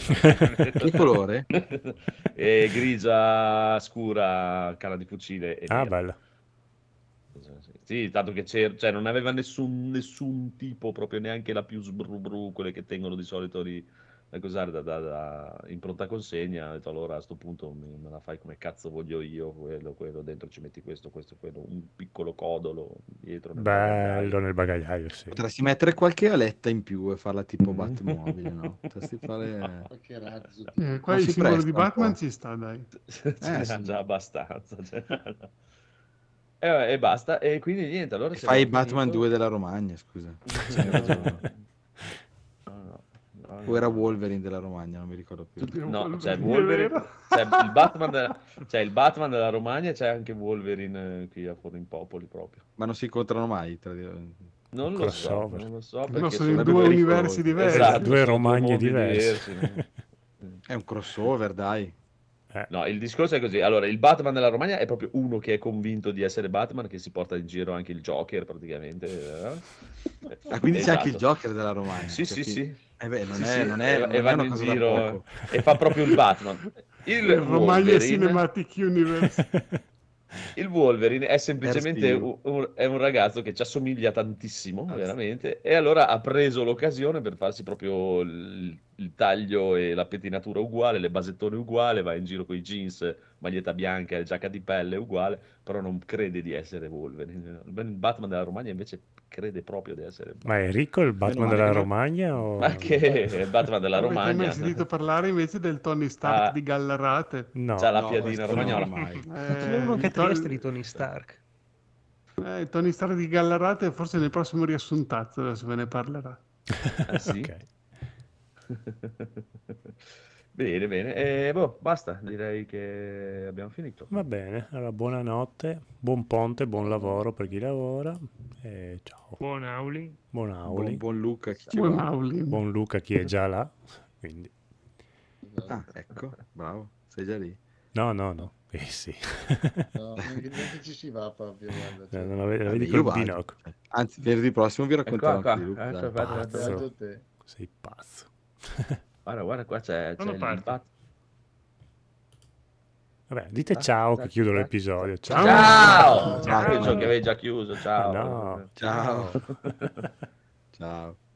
Che colore? E grigia scura, canna di fucile e Ah, nera. bella. Sì, tanto che c'era, cioè non aveva nessun, nessun tipo, proprio neanche la più sbru quelle che tengono di solito lì da cosare da, da, da- in pronta consegna. Ho detto allora a sto punto mi- me la fai come cazzo voglio io, quello, quello, dentro ci metti questo, questo, quello, un piccolo codolo dietro nel bagagliaio. Bello nel bagagliaio, sì. Potresti mettere qualche aletta in più e farla tipo Batmobile, no? Potresti fare... Qualche razzo. Eh, qua Non il si simbolo presta di un Batman po'. ci sta, dai. Ce n'ha sì. già abbastanza. cioè. E, e basta, e quindi niente, allora E se fai abbiamo Batman finito- due della Romagna, scusa. C'hai ragione. No, no, O era Wolverine della Romagna, non mi ricordo più. No, c'è il Wolverine, c'è il Batman della, c'è il Batman della Romagna e c'è anche Wolverine eh, qui a Forlimpopoli proprio. Ma non si incontrano mai tra di... Non lo so, Crossover. non lo so No, perché sono in sono due due universi diversi. Esatto, Due sono Romagne mondi diversi. diversi, È un crossover, dai. Eh, no? No, il discorso è così. Allora, il Batman della Romagna è proprio uno che è convinto di essere Batman, che si porta in giro anche il Joker praticamente. eh. Ah, quindi c'è anche il Esatto. Joker della Romagna. Sì, cioè sì, chi- sì. Eh beh, non Sì, è, sì, non è, e, non e è vanno una in cosa da giro poco. eh, e fa proprio il Batman. Il Il Romagna Wolverine, Cinematic Universe. il Wolverine è semplicemente Earth un, un- è un ragazzo che ci assomiglia tantissimo, veramente, e allora ha preso l'occasione per farsi proprio il, il taglio e la pettinatura uguale, le basettone uguale, va in giro con i jeans, maglietta bianca e giacca di pelle uguale, però non crede di essere Wolverine. Il Batman della Romagna invece crede proprio di essere Batman. ma è ricco il Batman male della che non- Romagna? O... Ma che è il Batman della Avete mai Romagna? sentito parlare invece del Tony Stark Ah. di Gallarate? No. C'ha la No, piadina questo no, romagnola. mai. Eh, Ce n'è uno anche a il Tony- Trieste di Tony Stark. eh, Tony Stark di Gallarate forse nel prossimo riassuntazzo adesso ve ne parlerà. Ah, sì? Ok. Bene, bene. E boh, basta, direi che abbiamo finito. Va bene, allora buonanotte, buon ponte, buon lavoro per chi lavora e ciao. Buon Auli. Buon Auli, Buon, buon Luca, chi ci Buon va? Mauli. buon Luca chi è già là, quindi... Ah, ecco, bravo, sei già lì. No, no, no, eh sì. No, neanche, neanche ci si va proprio, guarda, Eh, cioè. non la vedi, la Vabbè, vedi io col vado. binocolo. Anzi, venerdì prossimo vi racconterò Ecco qua, anche di Luca. ecco, dai. aspetta, aspetta. Pazzo. Beato te. Sei pazzo. Guarda, guarda, qua c'è, c'è Quando il parti? Bat- Vabbè, dite Ah, ciao tac, che chiudo tac, l'episodio. tac. Ciao! Ciao! Ciao. Penso che avevi già chiuso, ciao. No. Ciao. Ciao.